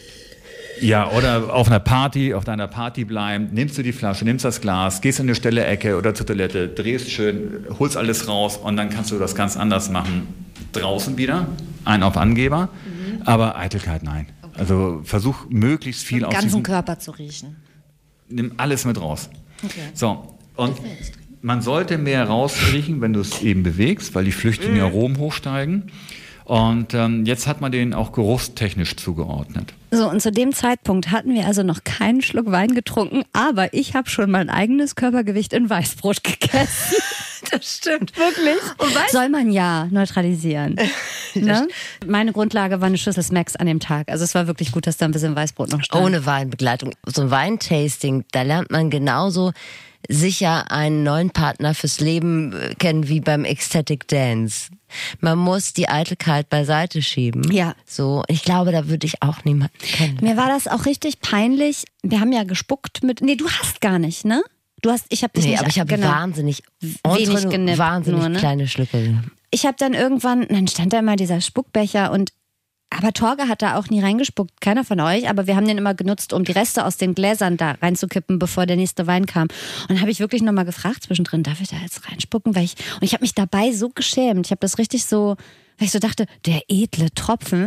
Ja, oder auf deiner Party bleiben, nimmst du die Flasche, nimmst das Glas, gehst in eine stille Ecke oder zur Toilette, drehst schön, holst alles raus und dann kannst du das ganz anders machen. Draußen wieder, ein auf Angeber, aber Eitelkeit nein. Okay. Also versuch möglichst viel aus dem ganzen diesem Körper zu riechen. Nimm alles mit raus. Okay. So, und man sollte mehr rausriechen, wenn du es eben bewegst, weil die flüchtigen Aromen hochsteigen. Und jetzt hat man den auch geruchstechnisch zugeordnet. So, und zu dem Zeitpunkt hatten wir also noch keinen Schluck Wein getrunken, aber ich habe schon mein eigenes Körpergewicht in Weißbrot gegessen. Das stimmt. Wirklich? Soll man ja neutralisieren. Ne? Meine Grundlage war eine Schüssel Smacks an dem Tag. Also es war wirklich gut, dass da ein bisschen Weißbrot noch stand. Ohne Weinbegleitung. So ein Weintasting, da lernt man genauso sicher einen neuen Partner fürs Leben kennen wie beim Ecstatic Dance. Man muss die Eitelkeit beiseite schieben. Ja. So, ich glaube, da würde ich auch niemanden kennen. Mir war das auch richtig peinlich. Wir haben ja gespuckt mit. Nee, du hast gar nicht, ne? Ich habe dich nicht. Aber ich habe wahnsinnig genippt, wahnsinnig nur, ne? kleine Schlücke. Ich habe dann stand da immer dieser Spuckbecher aber Torge hat da auch nie reingespuckt, keiner von euch, aber wir haben den immer genutzt, um die Reste aus den Gläsern da reinzukippen, bevor der nächste Wein kam. Und dann habe ich wirklich nochmal gefragt zwischendrin, darf ich da jetzt reinspucken? Und ich habe mich dabei so geschämt. Ich habe das richtig so, weil ich so dachte, der edle Tropfen.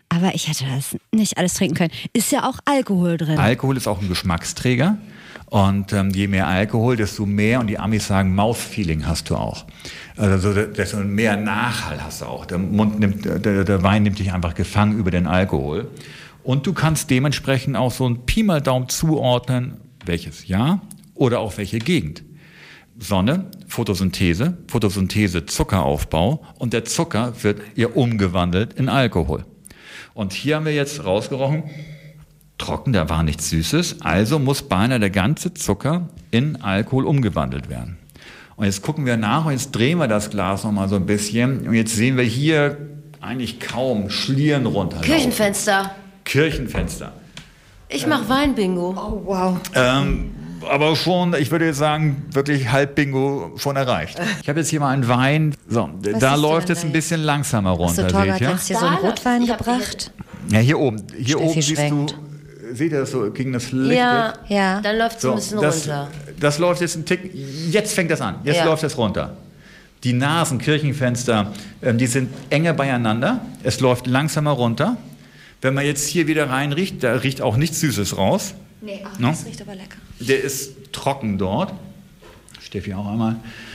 Aber ich hätte das nicht alles trinken können. Ist ja auch Alkohol drin. Alkohol ist auch ein Geschmacksträger. Und je mehr Alkohol, desto mehr, und die Amis sagen, Mouthfeeling hast du auch. Also desto mehr Nachhall hast du auch. Der Wein nimmt dich einfach gefangen über den Alkohol. Und du kannst dementsprechend auch so ein Pi mal Daumen zuordnen, welches Jahr oder auch welche Gegend. Sonne, Photosynthese, Zuckeraufbau, und der Zucker wird ihr umgewandelt in Alkohol. Und hier haben wir jetzt rausgerochen, trocken, da war nichts Süßes, also muss beinahe der ganze Zucker in Alkohol umgewandelt werden. Und jetzt gucken wir nach und jetzt drehen wir das Glas nochmal so ein bisschen und jetzt sehen wir hier eigentlich kaum Schlieren runterlaufen. Kirchenfenster. Ich mache Weinbingo. Oh, wow. Aber schon, ich würde jetzt sagen, wirklich Halbbingo schon erreicht. Ich habe jetzt hier mal einen Wein. So, da läuft es ein bisschen langsamer runter. Hast du Torgart seht ihr? jetzt hier so einen Rotwein gebracht? Ja, hier oben. Hier oben siehst du, schwenkt. seht ihr das so gegen das Licht? Ja, Ja. dann läuft es So, ein bisschen das, runter. das läuft jetzt ein Tick. Jetzt fängt das an. Jetzt läuft es runter. Die Nasen, Kirchenfenster, die sind enger beieinander. Es läuft langsamer runter. Wenn man jetzt hier wieder rein riecht, da riecht auch nichts Süßes raus. Nee, No? das riecht aber lecker. Der ist trocken dort. Steffi auch einmal.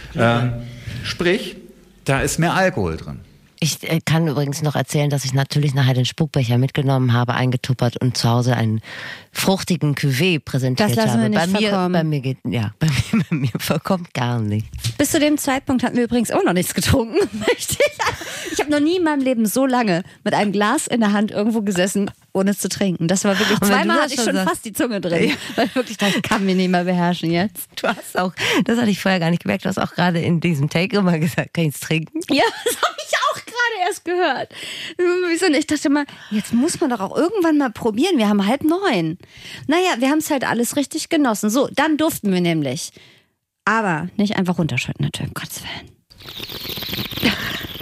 Sprich, da ist mehr Alkohol drin. Ich kann übrigens noch erzählen, dass ich natürlich nachher den Spuckbecher mitgenommen habe, eingetuppert und zu Hause einen fruchtigen Cuvée präsentiert Das lassen wir habe. nicht verkommen. Bei mir verkommt gar nichts. Bis zu dem Zeitpunkt hatten wir übrigens auch noch nichts getrunken. Ich habe noch nie in meinem Leben so lange mit einem Glas in der Hand irgendwo gesessen, ohne es zu trinken. Das war wirklich, Und wenn zweimal du hatte ich das schon schon fast die Zunge drin. Weil ich wirklich dachte, ich kann mich nicht mehr beherrschen jetzt. Du hast auch, das hatte ich vorher gar nicht gemerkt, du hast auch gerade in diesem Take immer gesagt, kann ich es trinken? Ja, das habe ich auch gerade erst gehört. Wieso nicht? Ich dachte mal, jetzt muss man doch auch irgendwann mal probieren. Wir haben 8:30. Naja, wir haben es halt alles richtig genossen. So, dann durften wir nämlich. Aber nicht einfach runterschütten, natürlich, um Gottes Willen.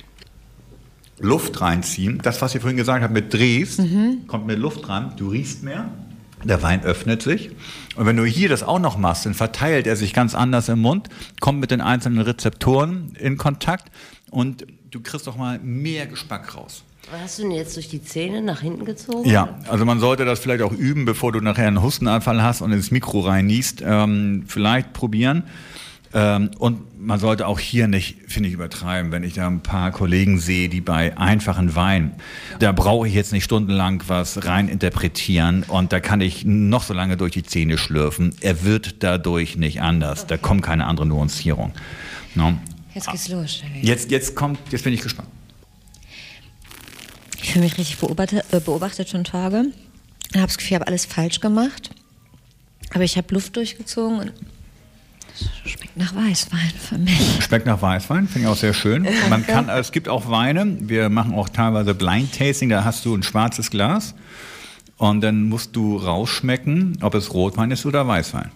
Luft reinziehen. Das, was ihr vorhin gesagt habt, mit drehst, kommt mehr Luft rein, du riechst mehr, der Wein öffnet sich. Und wenn du hier das auch noch machst, dann verteilt er sich ganz anders im Mund, kommt mit den einzelnen Rezeptoren in Kontakt und du kriegst doch mal mehr Geschmack raus. Hast du ihn jetzt durch die Zähne nach hinten gezogen? Ja, also man sollte das vielleicht auch üben, bevor du nachher einen Hustenanfall hast und ins Mikro rein niest. Vielleicht probieren. Und man sollte auch hier nicht, finde ich, übertreiben, wenn ich da ein paar Kollegen sehe, die bei einfachen Wein, da brauche ich jetzt nicht stundenlang was rein interpretieren und da kann ich noch so lange durch die Zähne schlürfen. Er wird dadurch nicht anders. Da kommt keine andere Nuancierung. No? Jetzt geht's los. Jetzt bin ich gespannt. Ich fühle mich richtig beobachtet schon Tage. Ich habe das Gefühl, ich habe alles falsch gemacht. Aber ich habe Luft durchgezogen und das schmeckt nach Weißwein für mich. Schmeckt nach Weißwein, finde ich auch sehr schön. Es gibt auch Weine, wir machen auch teilweise Blind Tasting, da hast du ein schwarzes Glas und dann musst du rausschmecken, ob es Rotwein ist oder Weißwein.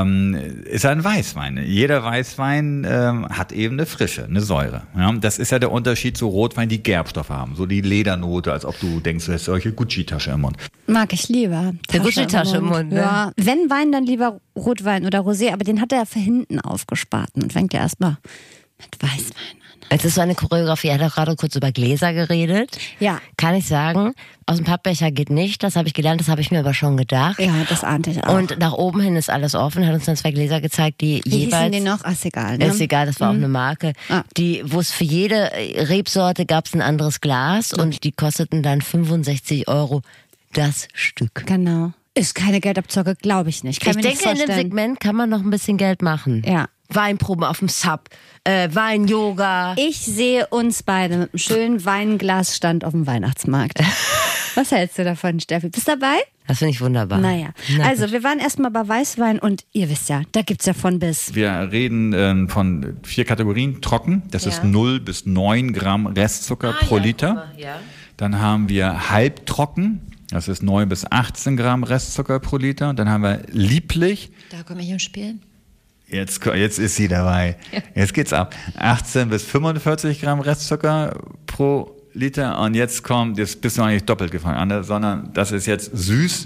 Ist ein Weißwein. Jeder Weißwein hat eben eine Frische, eine Säure. Ja? Das ist ja der Unterschied zu Rotwein, die Gerbstoffe haben. So die Ledernote, als ob du denkst, du hast solche Gucci-Tasche im Mund. Mag ich lieber. Der Gucci-Tasche im Mund, ne? Ja, wenn Wein, dann lieber Rotwein oder Rosé, aber den hat er für hinten aufgespart und fängt ja erstmal mit Weißwein an. Es ist so eine Choreografie, er hat auch gerade kurz über Gläser geredet. Ja. Kann ich sagen, aus dem Pappbecher geht nicht, das habe ich gelernt, das habe ich mir aber schon gedacht. Ja, das ahnte ich auch. Und nach oben hin ist alles offen, hat uns dann 2 Gläser gezeigt, die Wie jeweils... hießen die noch? Ist egal, ne? Ist egal, das war auch eine Marke. Ah. Wo es für jede Rebsorte gab es ein anderes Glas und die kosteten dann 65 € das Stück. Genau. Ist keine Geldabzocke, glaube ich nicht. Kann Ich mir nicht denke, in dem vorstellen. Segment kann man noch ein bisschen Geld machen. Ja. Weinproben auf dem Sub, Wein-Yoga. Ich sehe uns beide mit einem schönen Weinglasstand auf dem Weihnachtsmarkt. Was hältst du davon, Steffi? Bist du dabei? Das finde ich wunderbar. Naja, Na also gut. wir waren erstmal bei Weißwein und ihr wisst ja, da gibt's ja von bis. Wir reden von 4 Kategorien. Trocken, das ist 0 bis 9 Gramm Restzucker pro Liter. Ja. Dann haben wir halbtrocken, das ist 9 bis 18 Gramm Restzucker pro Liter. Dann haben wir lieblich, Da komme ich ins Spiel. jetzt ist sie dabei, jetzt geht's ab, 18 bis 45 Gramm Restzucker pro Liter. Und jetzt bist du eigentlich doppelt gefangen, Anne, sondern das ist jetzt süß,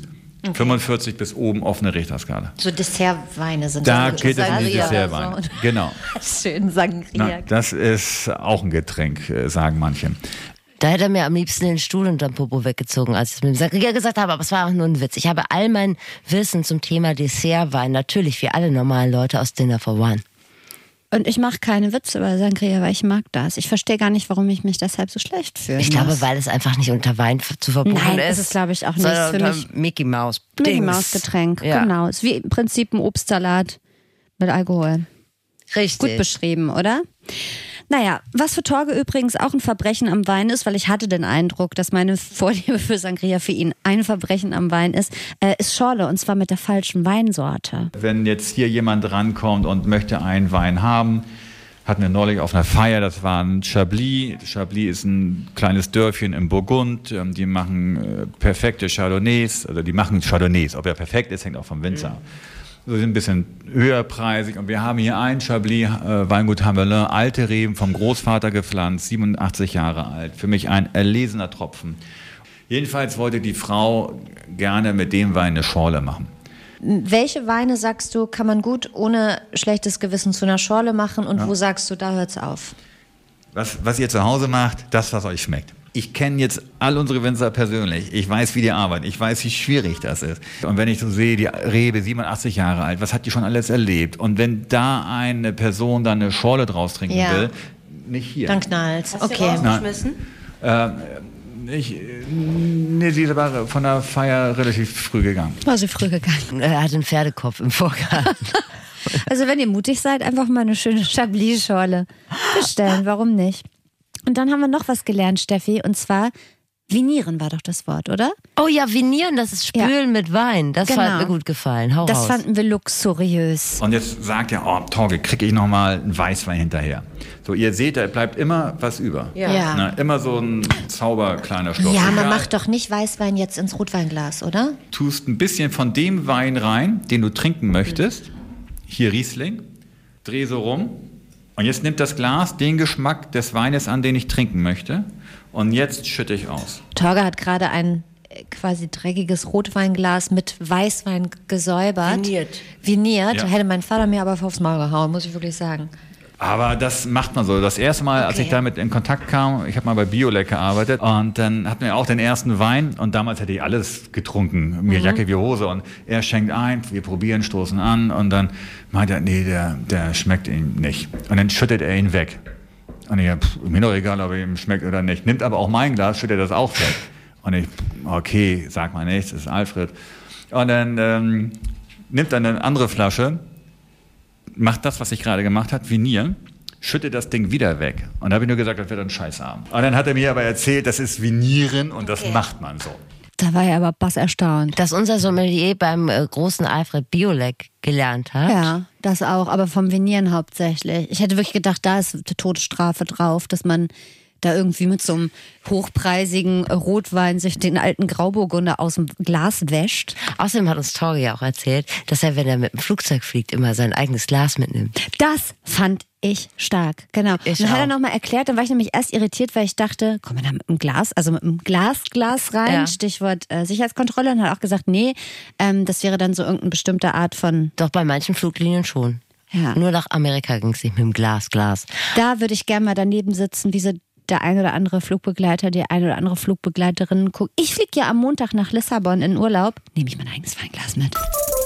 45 bis oben offene Richterskala. So Dessertweine sind Da das. geht es in die Sangria Dessertweine. oder so. Genau. Schön Sangria. Na, das ist auch ein Getränk, sagen manche. Da hätte er mir am liebsten den Stuhl unterm Popo weggezogen, als ich es mit dem Sangria gesagt habe. Aber es war auch nur ein Witz. Ich habe all mein Wissen zum Thema Dessertwein, natürlich wie alle normalen Leute, aus Dinner for One. Und ich mache keine Witze über Sangria, weil ich mag das. Ich verstehe gar nicht, warum ich mich deshalb so schlecht fühle. Ich glaube, weil es einfach nicht unter Wein zu verbuchen ist. Nein, das ist, glaube ich, auch nicht. Sondern Für unter mich Mickey Mouse Mickey Mouse Getränk, genau. Ist wie im Prinzip ein Obstsalat mit Alkohol. Richtig. Gut beschrieben, oder? Naja, was für Torge übrigens auch ein Verbrechen am Wein ist, weil ich hatte den Eindruck, dass meine Vorliebe für Sangria für ihn ein Verbrechen am Wein ist Schorle, und zwar mit der falschen Weinsorte. Wenn jetzt hier jemand rankommt und möchte einen Wein haben, hatten wir neulich auf einer Feier, das war ein Chablis. Chablis ist ein kleines Dörfchen im Burgund. Die machen perfekte Chardonnays, also die machen Chardonnays. Ob er perfekt ist, hängt auch vom Winzer ab. So sind ein bisschen höherpreisig. Und wir haben hier ein Chablis, Weingut Hamelin, alte Reben vom Großvater gepflanzt, 87 Jahre alt. Für mich ein erlesener Tropfen. Jedenfalls wollte die Frau gerne mit dem Wein eine Schorle machen. Welche Weine, sagst du, kann man gut ohne schlechtes Gewissen zu einer Schorle machen und wo sagst du, da hört's auf? Was ihr zu Hause macht, das, was euch schmeckt. Ich kenne jetzt all unsere Winzer persönlich. Ich weiß, wie die arbeiten. Ich weiß, wie schwierig das ist. Und wenn ich so sehe, die Rebe, 87 Jahre alt, was hat die schon alles erlebt? Und wenn da eine Person dann eine Schorle draus trinken will, nicht hier. Dann knallt's. Hast du rausgeschmissen? Sie ist aber von der Feier relativ früh gegangen. War sie früh gegangen. Er hat einen Pferdekopf im Vorgarten. Also wenn ihr mutig seid, einfach mal eine schöne Chablis-Schorle bestellen. Warum nicht? Und dann haben wir noch was gelernt, Steffi, und zwar vinieren war doch das Wort, oder? Oh ja, vinieren, das ist Spülen mit Wein. Das hat mir gut gefallen. Hau das raus. fanden wir luxuriös. Und jetzt sagt er, oh Torge, kriege ich nochmal einen Weißwein hinterher. So, ihr seht, da bleibt immer was über. Ja. Na, immer so ein zauberkleiner Schluck. Ja, man Egal. macht doch nicht Weißwein jetzt ins Rotweinglas, oder? Tust ein bisschen von dem Wein rein, den du trinken möchtest. Hier Riesling. Dreh so rum. Und jetzt nimmt das Glas den Geschmack des Weines an, den ich trinken möchte. Und jetzt schütte ich aus. Torge hat gerade ein quasi dreckiges Rotweinglas mit Weißwein gesäubert. Viniert. Ja. Hätte mein Vater mir aber aufs Maul gehauen, muss ich wirklich sagen. Aber das macht man so. Das erste Mal, als ich damit in Kontakt kam, ich habe mal bei Biolek gearbeitet und dann hatten wir auch den ersten Wein und damals hätte ich alles getrunken, mir Jacke wie Hose, und er schenkt ein, wir probieren, stoßen an und dann meint er, nee, der schmeckt ihm nicht. Und dann schüttet er ihn weg. Und ich, mir doch egal, ob er ihm schmeckt oder nicht. Nimmt aber auch mein Glas, schüttet das auch weg. Und ich, okay, sag mal nichts, das ist Alfred. Und dann nimmt er eine andere Flasche, macht das, was ich gerade gemacht habe, vinieren, schüttet das Ding wieder weg. Und da habe ich nur gesagt, das wird ein Scheißabend. Und dann hat er mir aber erzählt, das ist Vinieren und das macht man so. Da war er aber bass erstaunt. Dass unser Sommelier beim großen Alfred Biolek gelernt hat. Ja, das auch, aber vom Vinieren hauptsächlich. Ich hätte wirklich gedacht, da ist die Todesstrafe drauf, dass man da irgendwie mit so einem hochpreisigen Rotwein sich den alten Grauburgunder aus dem Glas wäscht. Außerdem hat uns Torge ja auch erzählt, dass er, wenn er mit dem Flugzeug fliegt, immer sein eigenes Glas mitnimmt. Das fand ich stark, genau. Ich und dann hat er auch. nochmal erklärt, dann war ich nämlich erst irritiert, weil ich dachte, kommen wir da mit einem Glas, also mit einem Glas rein, Ja. Stichwort Sicherheitskontrolle, und hat auch gesagt, nee, das wäre dann so irgendeine bestimmte Art von, Doch bei manchen Fluglinien schon. ja. Nur nach Amerika ging es nicht mit dem Glas. Da würde ich gerne mal daneben sitzen, wie so der ein oder andere Flugbegleiter, die eine oder andere Flugbegleiterin guckt. Ich fliege ja am Montag nach Lissabon in Urlaub, nehme ich mein eigenes Weinglas mit.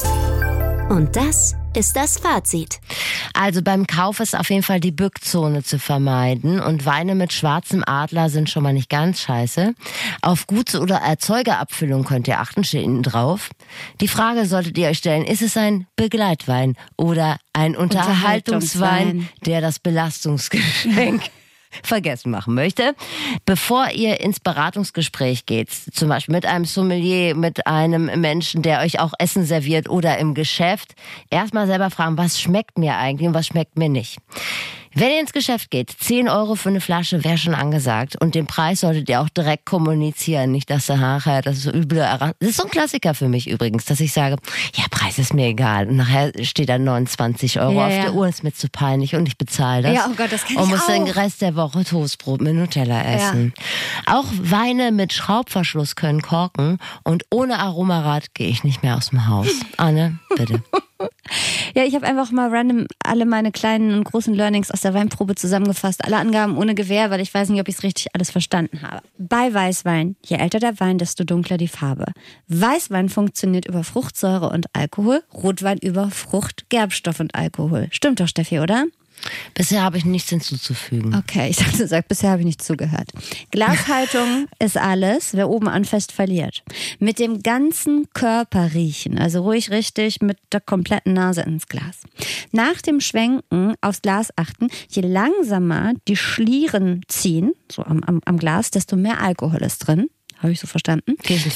Und das ist das Fazit. Also beim Kauf ist auf jeden Fall die Bückzone zu vermeiden und Weine mit schwarzem Adler sind schon mal nicht ganz scheiße. Auf Guts- oder Erzeugerabfüllung könnt ihr achten, steht hinten drauf. Die Frage solltet ihr euch stellen, ist es ein Begleitwein oder ein Unterhaltungswein, der das Belastungsgeschenk vergessen machen möchte. Bevor ihr ins Beratungsgespräch geht, zum Beispiel mit einem Sommelier, mit einem Menschen, der euch auch Essen serviert oder im Geschäft, erstmal selber fragen, was schmeckt mir eigentlich und was schmeckt mir nicht. Wenn ihr ins Geschäft geht, 10 Euro für eine Flasche wäre schon angesagt. Und den Preis solltet ihr auch direkt kommunizieren. Nicht, dass der nachher das so üble Das ist so ein Klassiker für mich übrigens, dass ich sage, ja, Preis ist mir egal. Und nachher steht da 29 Euro auf der Uhr, ist mir zu peinlich und ich bezahle das. Ja, oh Gott, das kenn ich und muss auch. den Rest der Woche Toastbrot mit Nutella essen. Auch Weine mit Schraubverschluss können korken und ohne Aromarad gehe ich nicht mehr aus dem Haus. Anne, bitte. Ja, ich habe einfach mal random alle meine kleinen und großen Learnings aus der Weinprobe zusammengefasst. Alle Angaben ohne Gewähr, weil ich weiß nicht, ob ich es richtig alles verstanden habe. Bei Weißwein, je älter der Wein, desto dunkler die Farbe. Weißwein funktioniert über Fruchtsäure und Alkohol, Rotwein über Frucht, Gerbstoff und Alkohol. Stimmt doch, Steffi, oder? Bisher habe ich nichts hinzuzufügen. Okay, ich dachte, sag, bisher habe ich nicht zugehört. Glashaltung ist alles, wer oben anfasst, verliert. Mit dem ganzen Körper riechen, also ruhig richtig mit der kompletten Nase ins Glas. Nach dem Schwenken aufs Glas achten, je langsamer die Schlieren ziehen, so am Glas, desto mehr Alkohol ist drin. Habe ich so verstanden?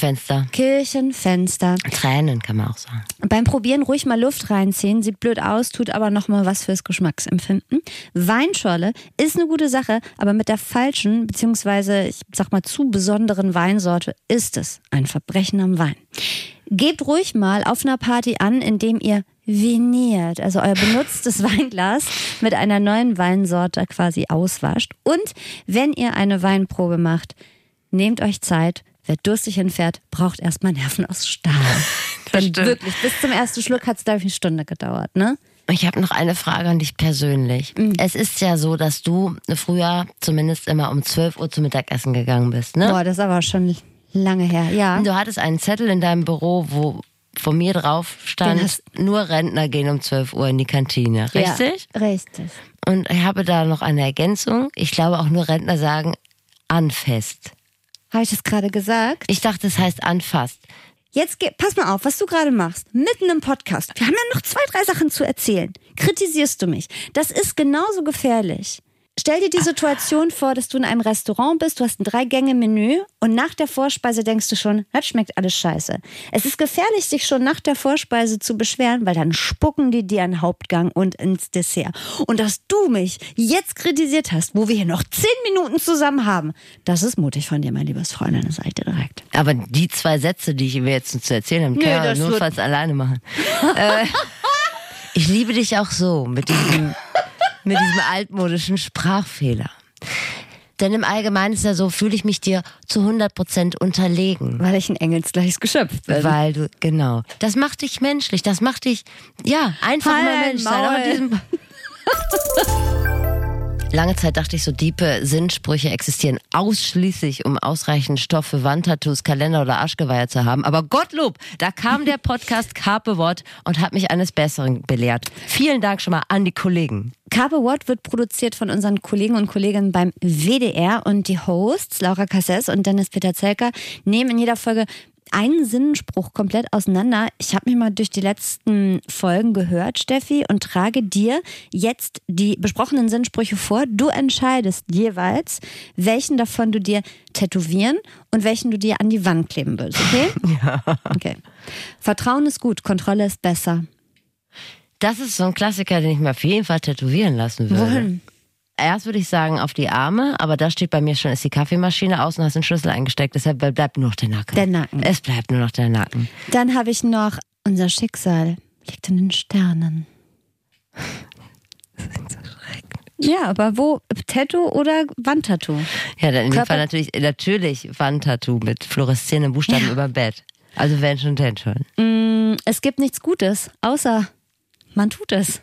Kirchenfenster. Tränen kann man auch sagen. Beim Probieren ruhig mal Luft reinziehen. Sieht blöd aus, tut aber nochmal was fürs Geschmacksempfinden. Weinschorle ist eine gute Sache, aber mit der falschen, beziehungsweise ich sag mal zu besonderen Weinsorte ist es ein Verbrechen am Wein. Gebt ruhig mal auf einer Party an, indem ihr viniert, also euer benutztes Weinglas mit einer neuen Weinsorte quasi auswascht. Und wenn ihr eine Weinprobe macht, nehmt euch Zeit. Wer durstig hinfährt, braucht erstmal Nerven aus Stahl. Denn wirklich, bis zum ersten Schluck hat es, glaube ich, eine Stunde gedauert, ne? Ich habe noch eine Frage an dich persönlich. Es ist ja so, dass du früher zumindest immer um 12 Uhr zum Mittagessen gegangen bist, ne? Boah, das ist aber schon lange her, ja. Du hattest einen Zettel in deinem Büro, wo von mir drauf stand, nur Rentner gehen um 12 Uhr in die Kantine, richtig? Ja, richtig. Und ich habe da noch eine Ergänzung. Ich glaube, auch nur Rentner sagen anfest. Habe ich das gerade gesagt? Ich dachte, es heißt anfasst. Jetzt pass mal auf, was du gerade machst. Mitten im Podcast. Wir haben ja noch 2, 3 Sachen zu erzählen. Kritisierst du mich? Das ist genauso gefährlich. Stell dir die Situation vor, dass du in einem Restaurant bist, du hast ein 3-Gänge-Menü und nach der Vorspeise denkst du schon, das schmeckt alles scheiße. Es ist gefährlich, sich schon nach der Vorspeise zu beschweren, weil dann spucken die dir einen Hauptgang und ins Dessert. Und dass du mich jetzt kritisiert hast, wo wir hier noch 10 Minuten zusammen haben, das ist mutig von dir, mein liebes Freundin, das sag ich dir direkt. Aber die 2 Sätze, die ich mir jetzt zu erzählen habe, kann ich notfalls alleine machen. Ich liebe dich auch so, mit diesem altmodischen Sprachfehler. Denn im Allgemeinen ist ja so, fühle ich mich dir zu 100% unterlegen. Weil ich ein engelsgleiches Geschöpf bin. Weil du, genau. Das macht dich menschlich, das macht dich, ja, einfach nur Mensch sein. Lange Zeit dachte ich, so diepe Sinnsprüche existieren ausschließlich, um ausreichend Stoff für Wandtattoos, Kalender oder Arschgeweihe zu haben. Aber Gottlob, da kam der Podcast Carpe What und hat mich eines Besseren belehrt. Vielen Dank schon mal an die Kollegen. Carpe What wird produziert von unseren Kollegen und Kolleginnen beim WDR und die Hosts, Laura Cassés und Dennis Peter Zelker, nehmen in jeder Folge einen Sinnspruch komplett auseinander. Ich habe mich mal durch die letzten Folgen gehört, Steffi, und trage dir jetzt die besprochenen Sinnsprüche vor. Du entscheidest jeweils, welchen davon du dir tätowieren und welchen du dir an die Wand kleben würdest, okay? Ja. Okay. Vertrauen ist gut, Kontrolle ist besser. Das ist so ein Klassiker, den ich mir auf jeden Fall tätowieren lassen würde. Wohin? Erst würde ich sagen auf die Arme, aber da steht bei mir schon, ist die Kaffeemaschine aus und hast den Schlüssel eingesteckt, deshalb bleibt nur noch der Nacken. Der Nacken. Es bleibt nur noch der Nacken. Dann habe ich noch, unser Schicksal liegt in den Sternen. Das ist so schrecklich. Ja, aber wo? Tattoo oder Wandtattoo? Ja, dann in dem Fall natürlich Wandtattoo mit fluoreszierenden Buchstaben über dem Bett. Also wenn schon, denn schon. Es gibt nichts Gutes, außer man tut es.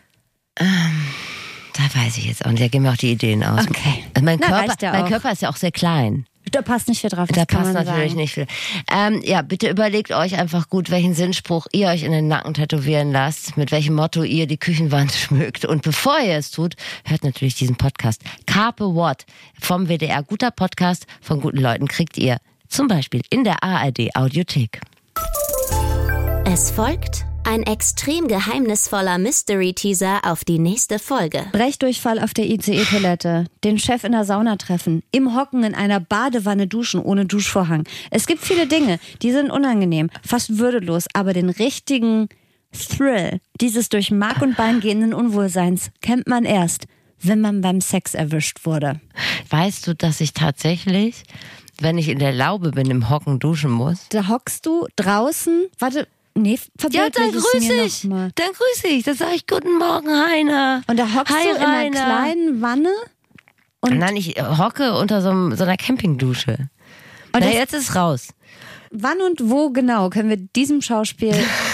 Da weiß ich jetzt auch nicht, da gehen mir auch die Ideen aus. Okay. Also mein Körper ist ja auch sehr klein. Da passt nicht viel drauf. Da passt natürlich nicht viel. Ja, bitte überlegt euch einfach gut, welchen Sinnspruch ihr euch in den Nacken tätowieren lasst, mit welchem Motto ihr die Küchenwand schmückt. Und bevor ihr es tut, hört natürlich diesen Podcast. Carpe What vom WDR. Guter Podcast von guten Leuten kriegt ihr zum Beispiel in der ARD Audiothek. Es folgt ein extrem geheimnisvoller Mystery-Teaser auf die nächste Folge. Brechdurchfall auf der ICE-Toilette, den Chef in der Sauna treffen, im Hocken in einer Badewanne duschen ohne Duschvorhang. Es gibt viele Dinge, die sind unangenehm, fast würdelos, aber den richtigen Thrill dieses durch Mark und Bein gehenden Unwohlseins kennt man erst, wenn man beim Sex erwischt wurde. Weißt du, dass ich tatsächlich, wenn ich in der Laube bin, im Hocken duschen muss? Da hockst du draußen, nee, ja, dann grüße ich. Dann grüße ich. Dann sage ich, guten Morgen, Heiner. Und da hockst du in einer kleinen Wanne? Und nein, ich hocke unter so einer Campingdusche. Und jetzt ist raus. Wann und wo genau können wir diesem Schauspiel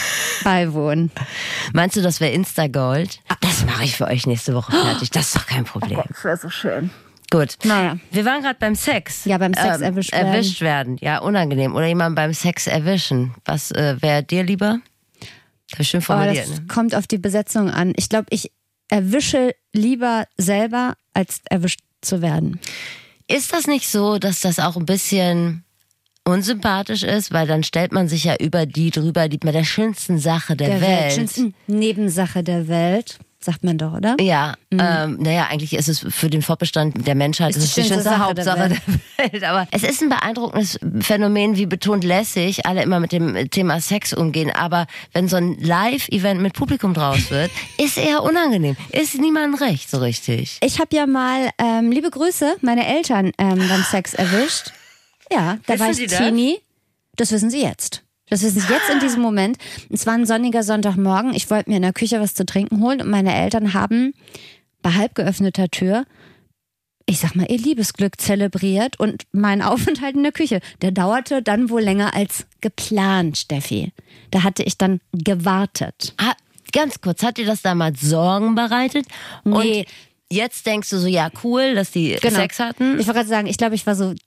frei wohnen. Meinst du, das wäre Insta-Gold? Das mache ich für euch nächste Woche fertig. Das ist doch kein Problem. Das wäre so schön. Gut. Naja. Wir waren gerade beim Sex. Ja, beim Sex erwischt werden. Erwischt werden. Ja, unangenehm. Oder jemanden beim Sex erwischen. Was wäre dir lieber? Das ist schön formuliert. Das kommt auf die Besetzung an. Ich glaube, ich erwische lieber selber, als erwischt zu werden. Ist das nicht so, dass das auch ein bisschen unsympathisch ist? Weil dann stellt man sich ja über die drüber, die mit der schönsten Sache der Welt. Schönsten Nebensache der Welt, sagt man doch, oder? Ja, naja, eigentlich ist es für den Fortbestand der Menschheit ist die schönste Hauptsache der Welt. Aber es ist ein beeindruckendes Phänomen, wie betont lässig alle immer mit dem Thema Sex umgehen. Aber wenn so ein Live-Event mit Publikum draus wird, ist eher unangenehm. Ist niemandem recht so richtig. Ich habe ja mal, liebe Grüße, meine Eltern beim Sex erwischt. Ja, da war ich Teenie. Das wissen sie jetzt. Das wissen sie jetzt in diesem Moment. Es war ein sonniger Sonntagmorgen. Ich wollte mir in der Küche was zu trinken holen und meine Eltern haben bei halb geöffneter Tür, ich sag mal, ihr Liebesglück zelebriert und mein Aufenthalt in der Küche, der dauerte dann wohl länger als geplant, Steffi. Da hatte ich dann gewartet. Ganz kurz, hat dir das damals Sorgen bereitet? Nee. Und jetzt denkst du so, ja cool, dass die Sex hatten? Ich wollte gerade sagen, ich glaube, ich war so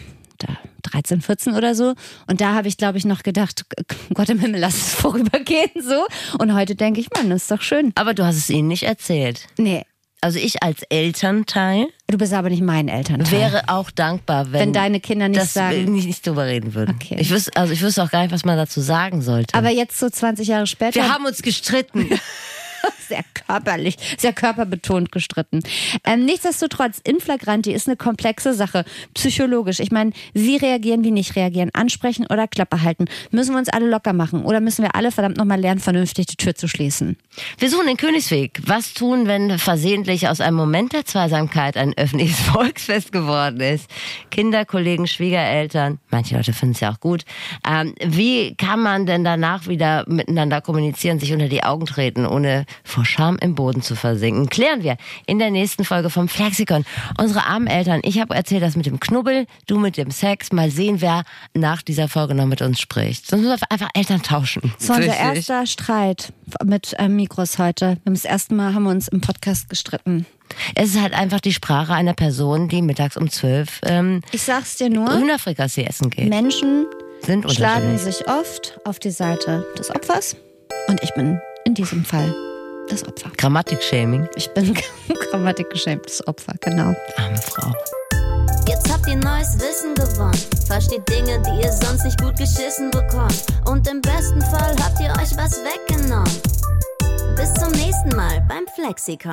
13, 14 oder so. Und da habe ich, glaube ich, noch gedacht, Gott im Himmel, lass es vorübergehen, so. Und heute denke ich, Mann, das ist doch schön. Aber du hast es ihnen nicht erzählt. Nee. Also ich als Elternteil. Du bist aber nicht mein Elternteil. Wäre auch dankbar, wenn deine Kinder nicht das sagen. nicht drüber reden würden. Okay. Ich wüsste auch gar nicht, was man dazu sagen sollte. Aber jetzt so 20 Jahre später. Wir haben uns gestritten. Sehr körperlich, sehr körperbetont gestritten. Nichtsdestotrotz, Inflagranti ist eine komplexe Sache, psychologisch. Ich meine, wie reagieren, wie nicht reagieren, ansprechen oder Klappe halten? Müssen wir uns alle locker machen oder müssen wir alle verdammt nochmal lernen, vernünftig die Tür zu schließen? Wir suchen den Königsweg. Was tun, wenn versehentlich aus einem Moment der Zweisamkeit ein öffentliches Volksfest geworden ist? Kinder, Kollegen, Schwiegereltern, manche Leute finden es ja auch gut. Wie kann man denn danach wieder miteinander kommunizieren, sich unter die Augen treten, ohne vor Scham im Boden zu versinken? Klären wir in der nächsten Folge vom Flexikon. Unsere armen Eltern, ich habe erzählt, das mit dem Knubbel, du mit dem Sex. Mal sehen, wer nach dieser Folge noch mit uns spricht. Sonst müssen wir einfach Eltern tauschen. Das war unser erster Streit mit Mikros heute. Das erste Mal haben wir uns im Podcast gestritten. Es ist halt einfach die Sprache einer Person, die mittags um 12 ich sag's dir nur, Hühnerfrikassee essen geht. Menschen sind schlagen sich oft auf die Seite des Opfers und ich bin in diesem Fall das Opfer. Grammatik-Shaming. Ich bin grammatikgeschämtes Opfer, genau. Arme Frau. Jetzt habt ihr neues Wissen gewonnen. Versteht Dinge, die ihr sonst nicht gut geschissen bekommt. Und im besten Fall habt ihr euch was weggenommen. Bis zum nächsten Mal beim Flexikon.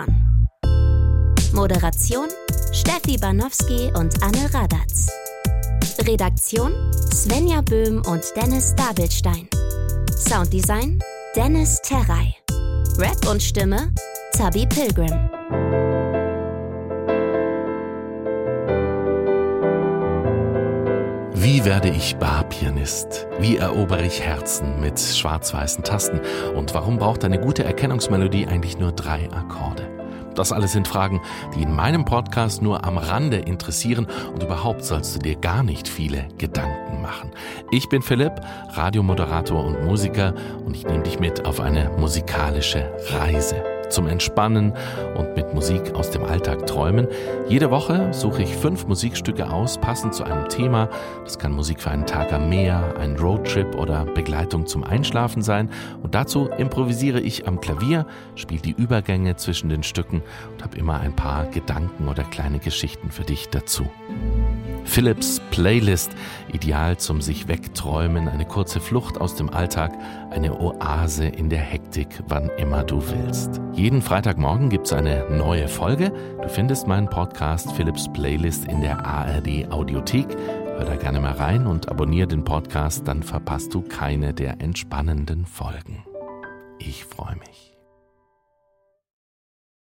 Moderation: Steffi Banowski und Anne Radatz. Redaktion: Svenja Böhm und Dennis Dabelstein. Sounddesign: Dennis Terrey. Rap und Stimme: Zabi Pilgrim. Wie werde ich Barpianist? Wie erobere ich Herzen mit schwarz-weißen Tasten? Und warum braucht eine gute Erkennungsmelodie eigentlich nur 3 Akkorde? Das alles sind Fragen, die in meinem Podcast nur am Rande interessieren und überhaupt sollst du dir gar nicht viele Gedanken machen. Ich bin Philipp, Radiomoderator und Musiker und ich nehme dich mit auf eine musikalische Reise. Zum Entspannen und mit Musik aus dem Alltag träumen. Jede Woche suche ich 5 Musikstücke aus, passend zu einem Thema. Das kann Musik für einen Tag am Meer, ein Roadtrip oder Begleitung zum Einschlafen sein. Und dazu improvisiere ich am Klavier, spiele die Übergänge zwischen den Stücken und habe immer ein paar Gedanken oder kleine Geschichten für dich dazu. Philips Playlist, ideal zum sich wegträumen, eine kurze Flucht aus dem Alltag, eine Oase in der Hektik, wann immer du willst. Jeden Freitagmorgen gibt's eine neue Folge. Du findest meinen Podcast Philips Playlist in der ARD Audiothek. Hör da gerne mal rein und abonniere den Podcast, dann verpasst du keine der entspannenden Folgen. Ich freue mich.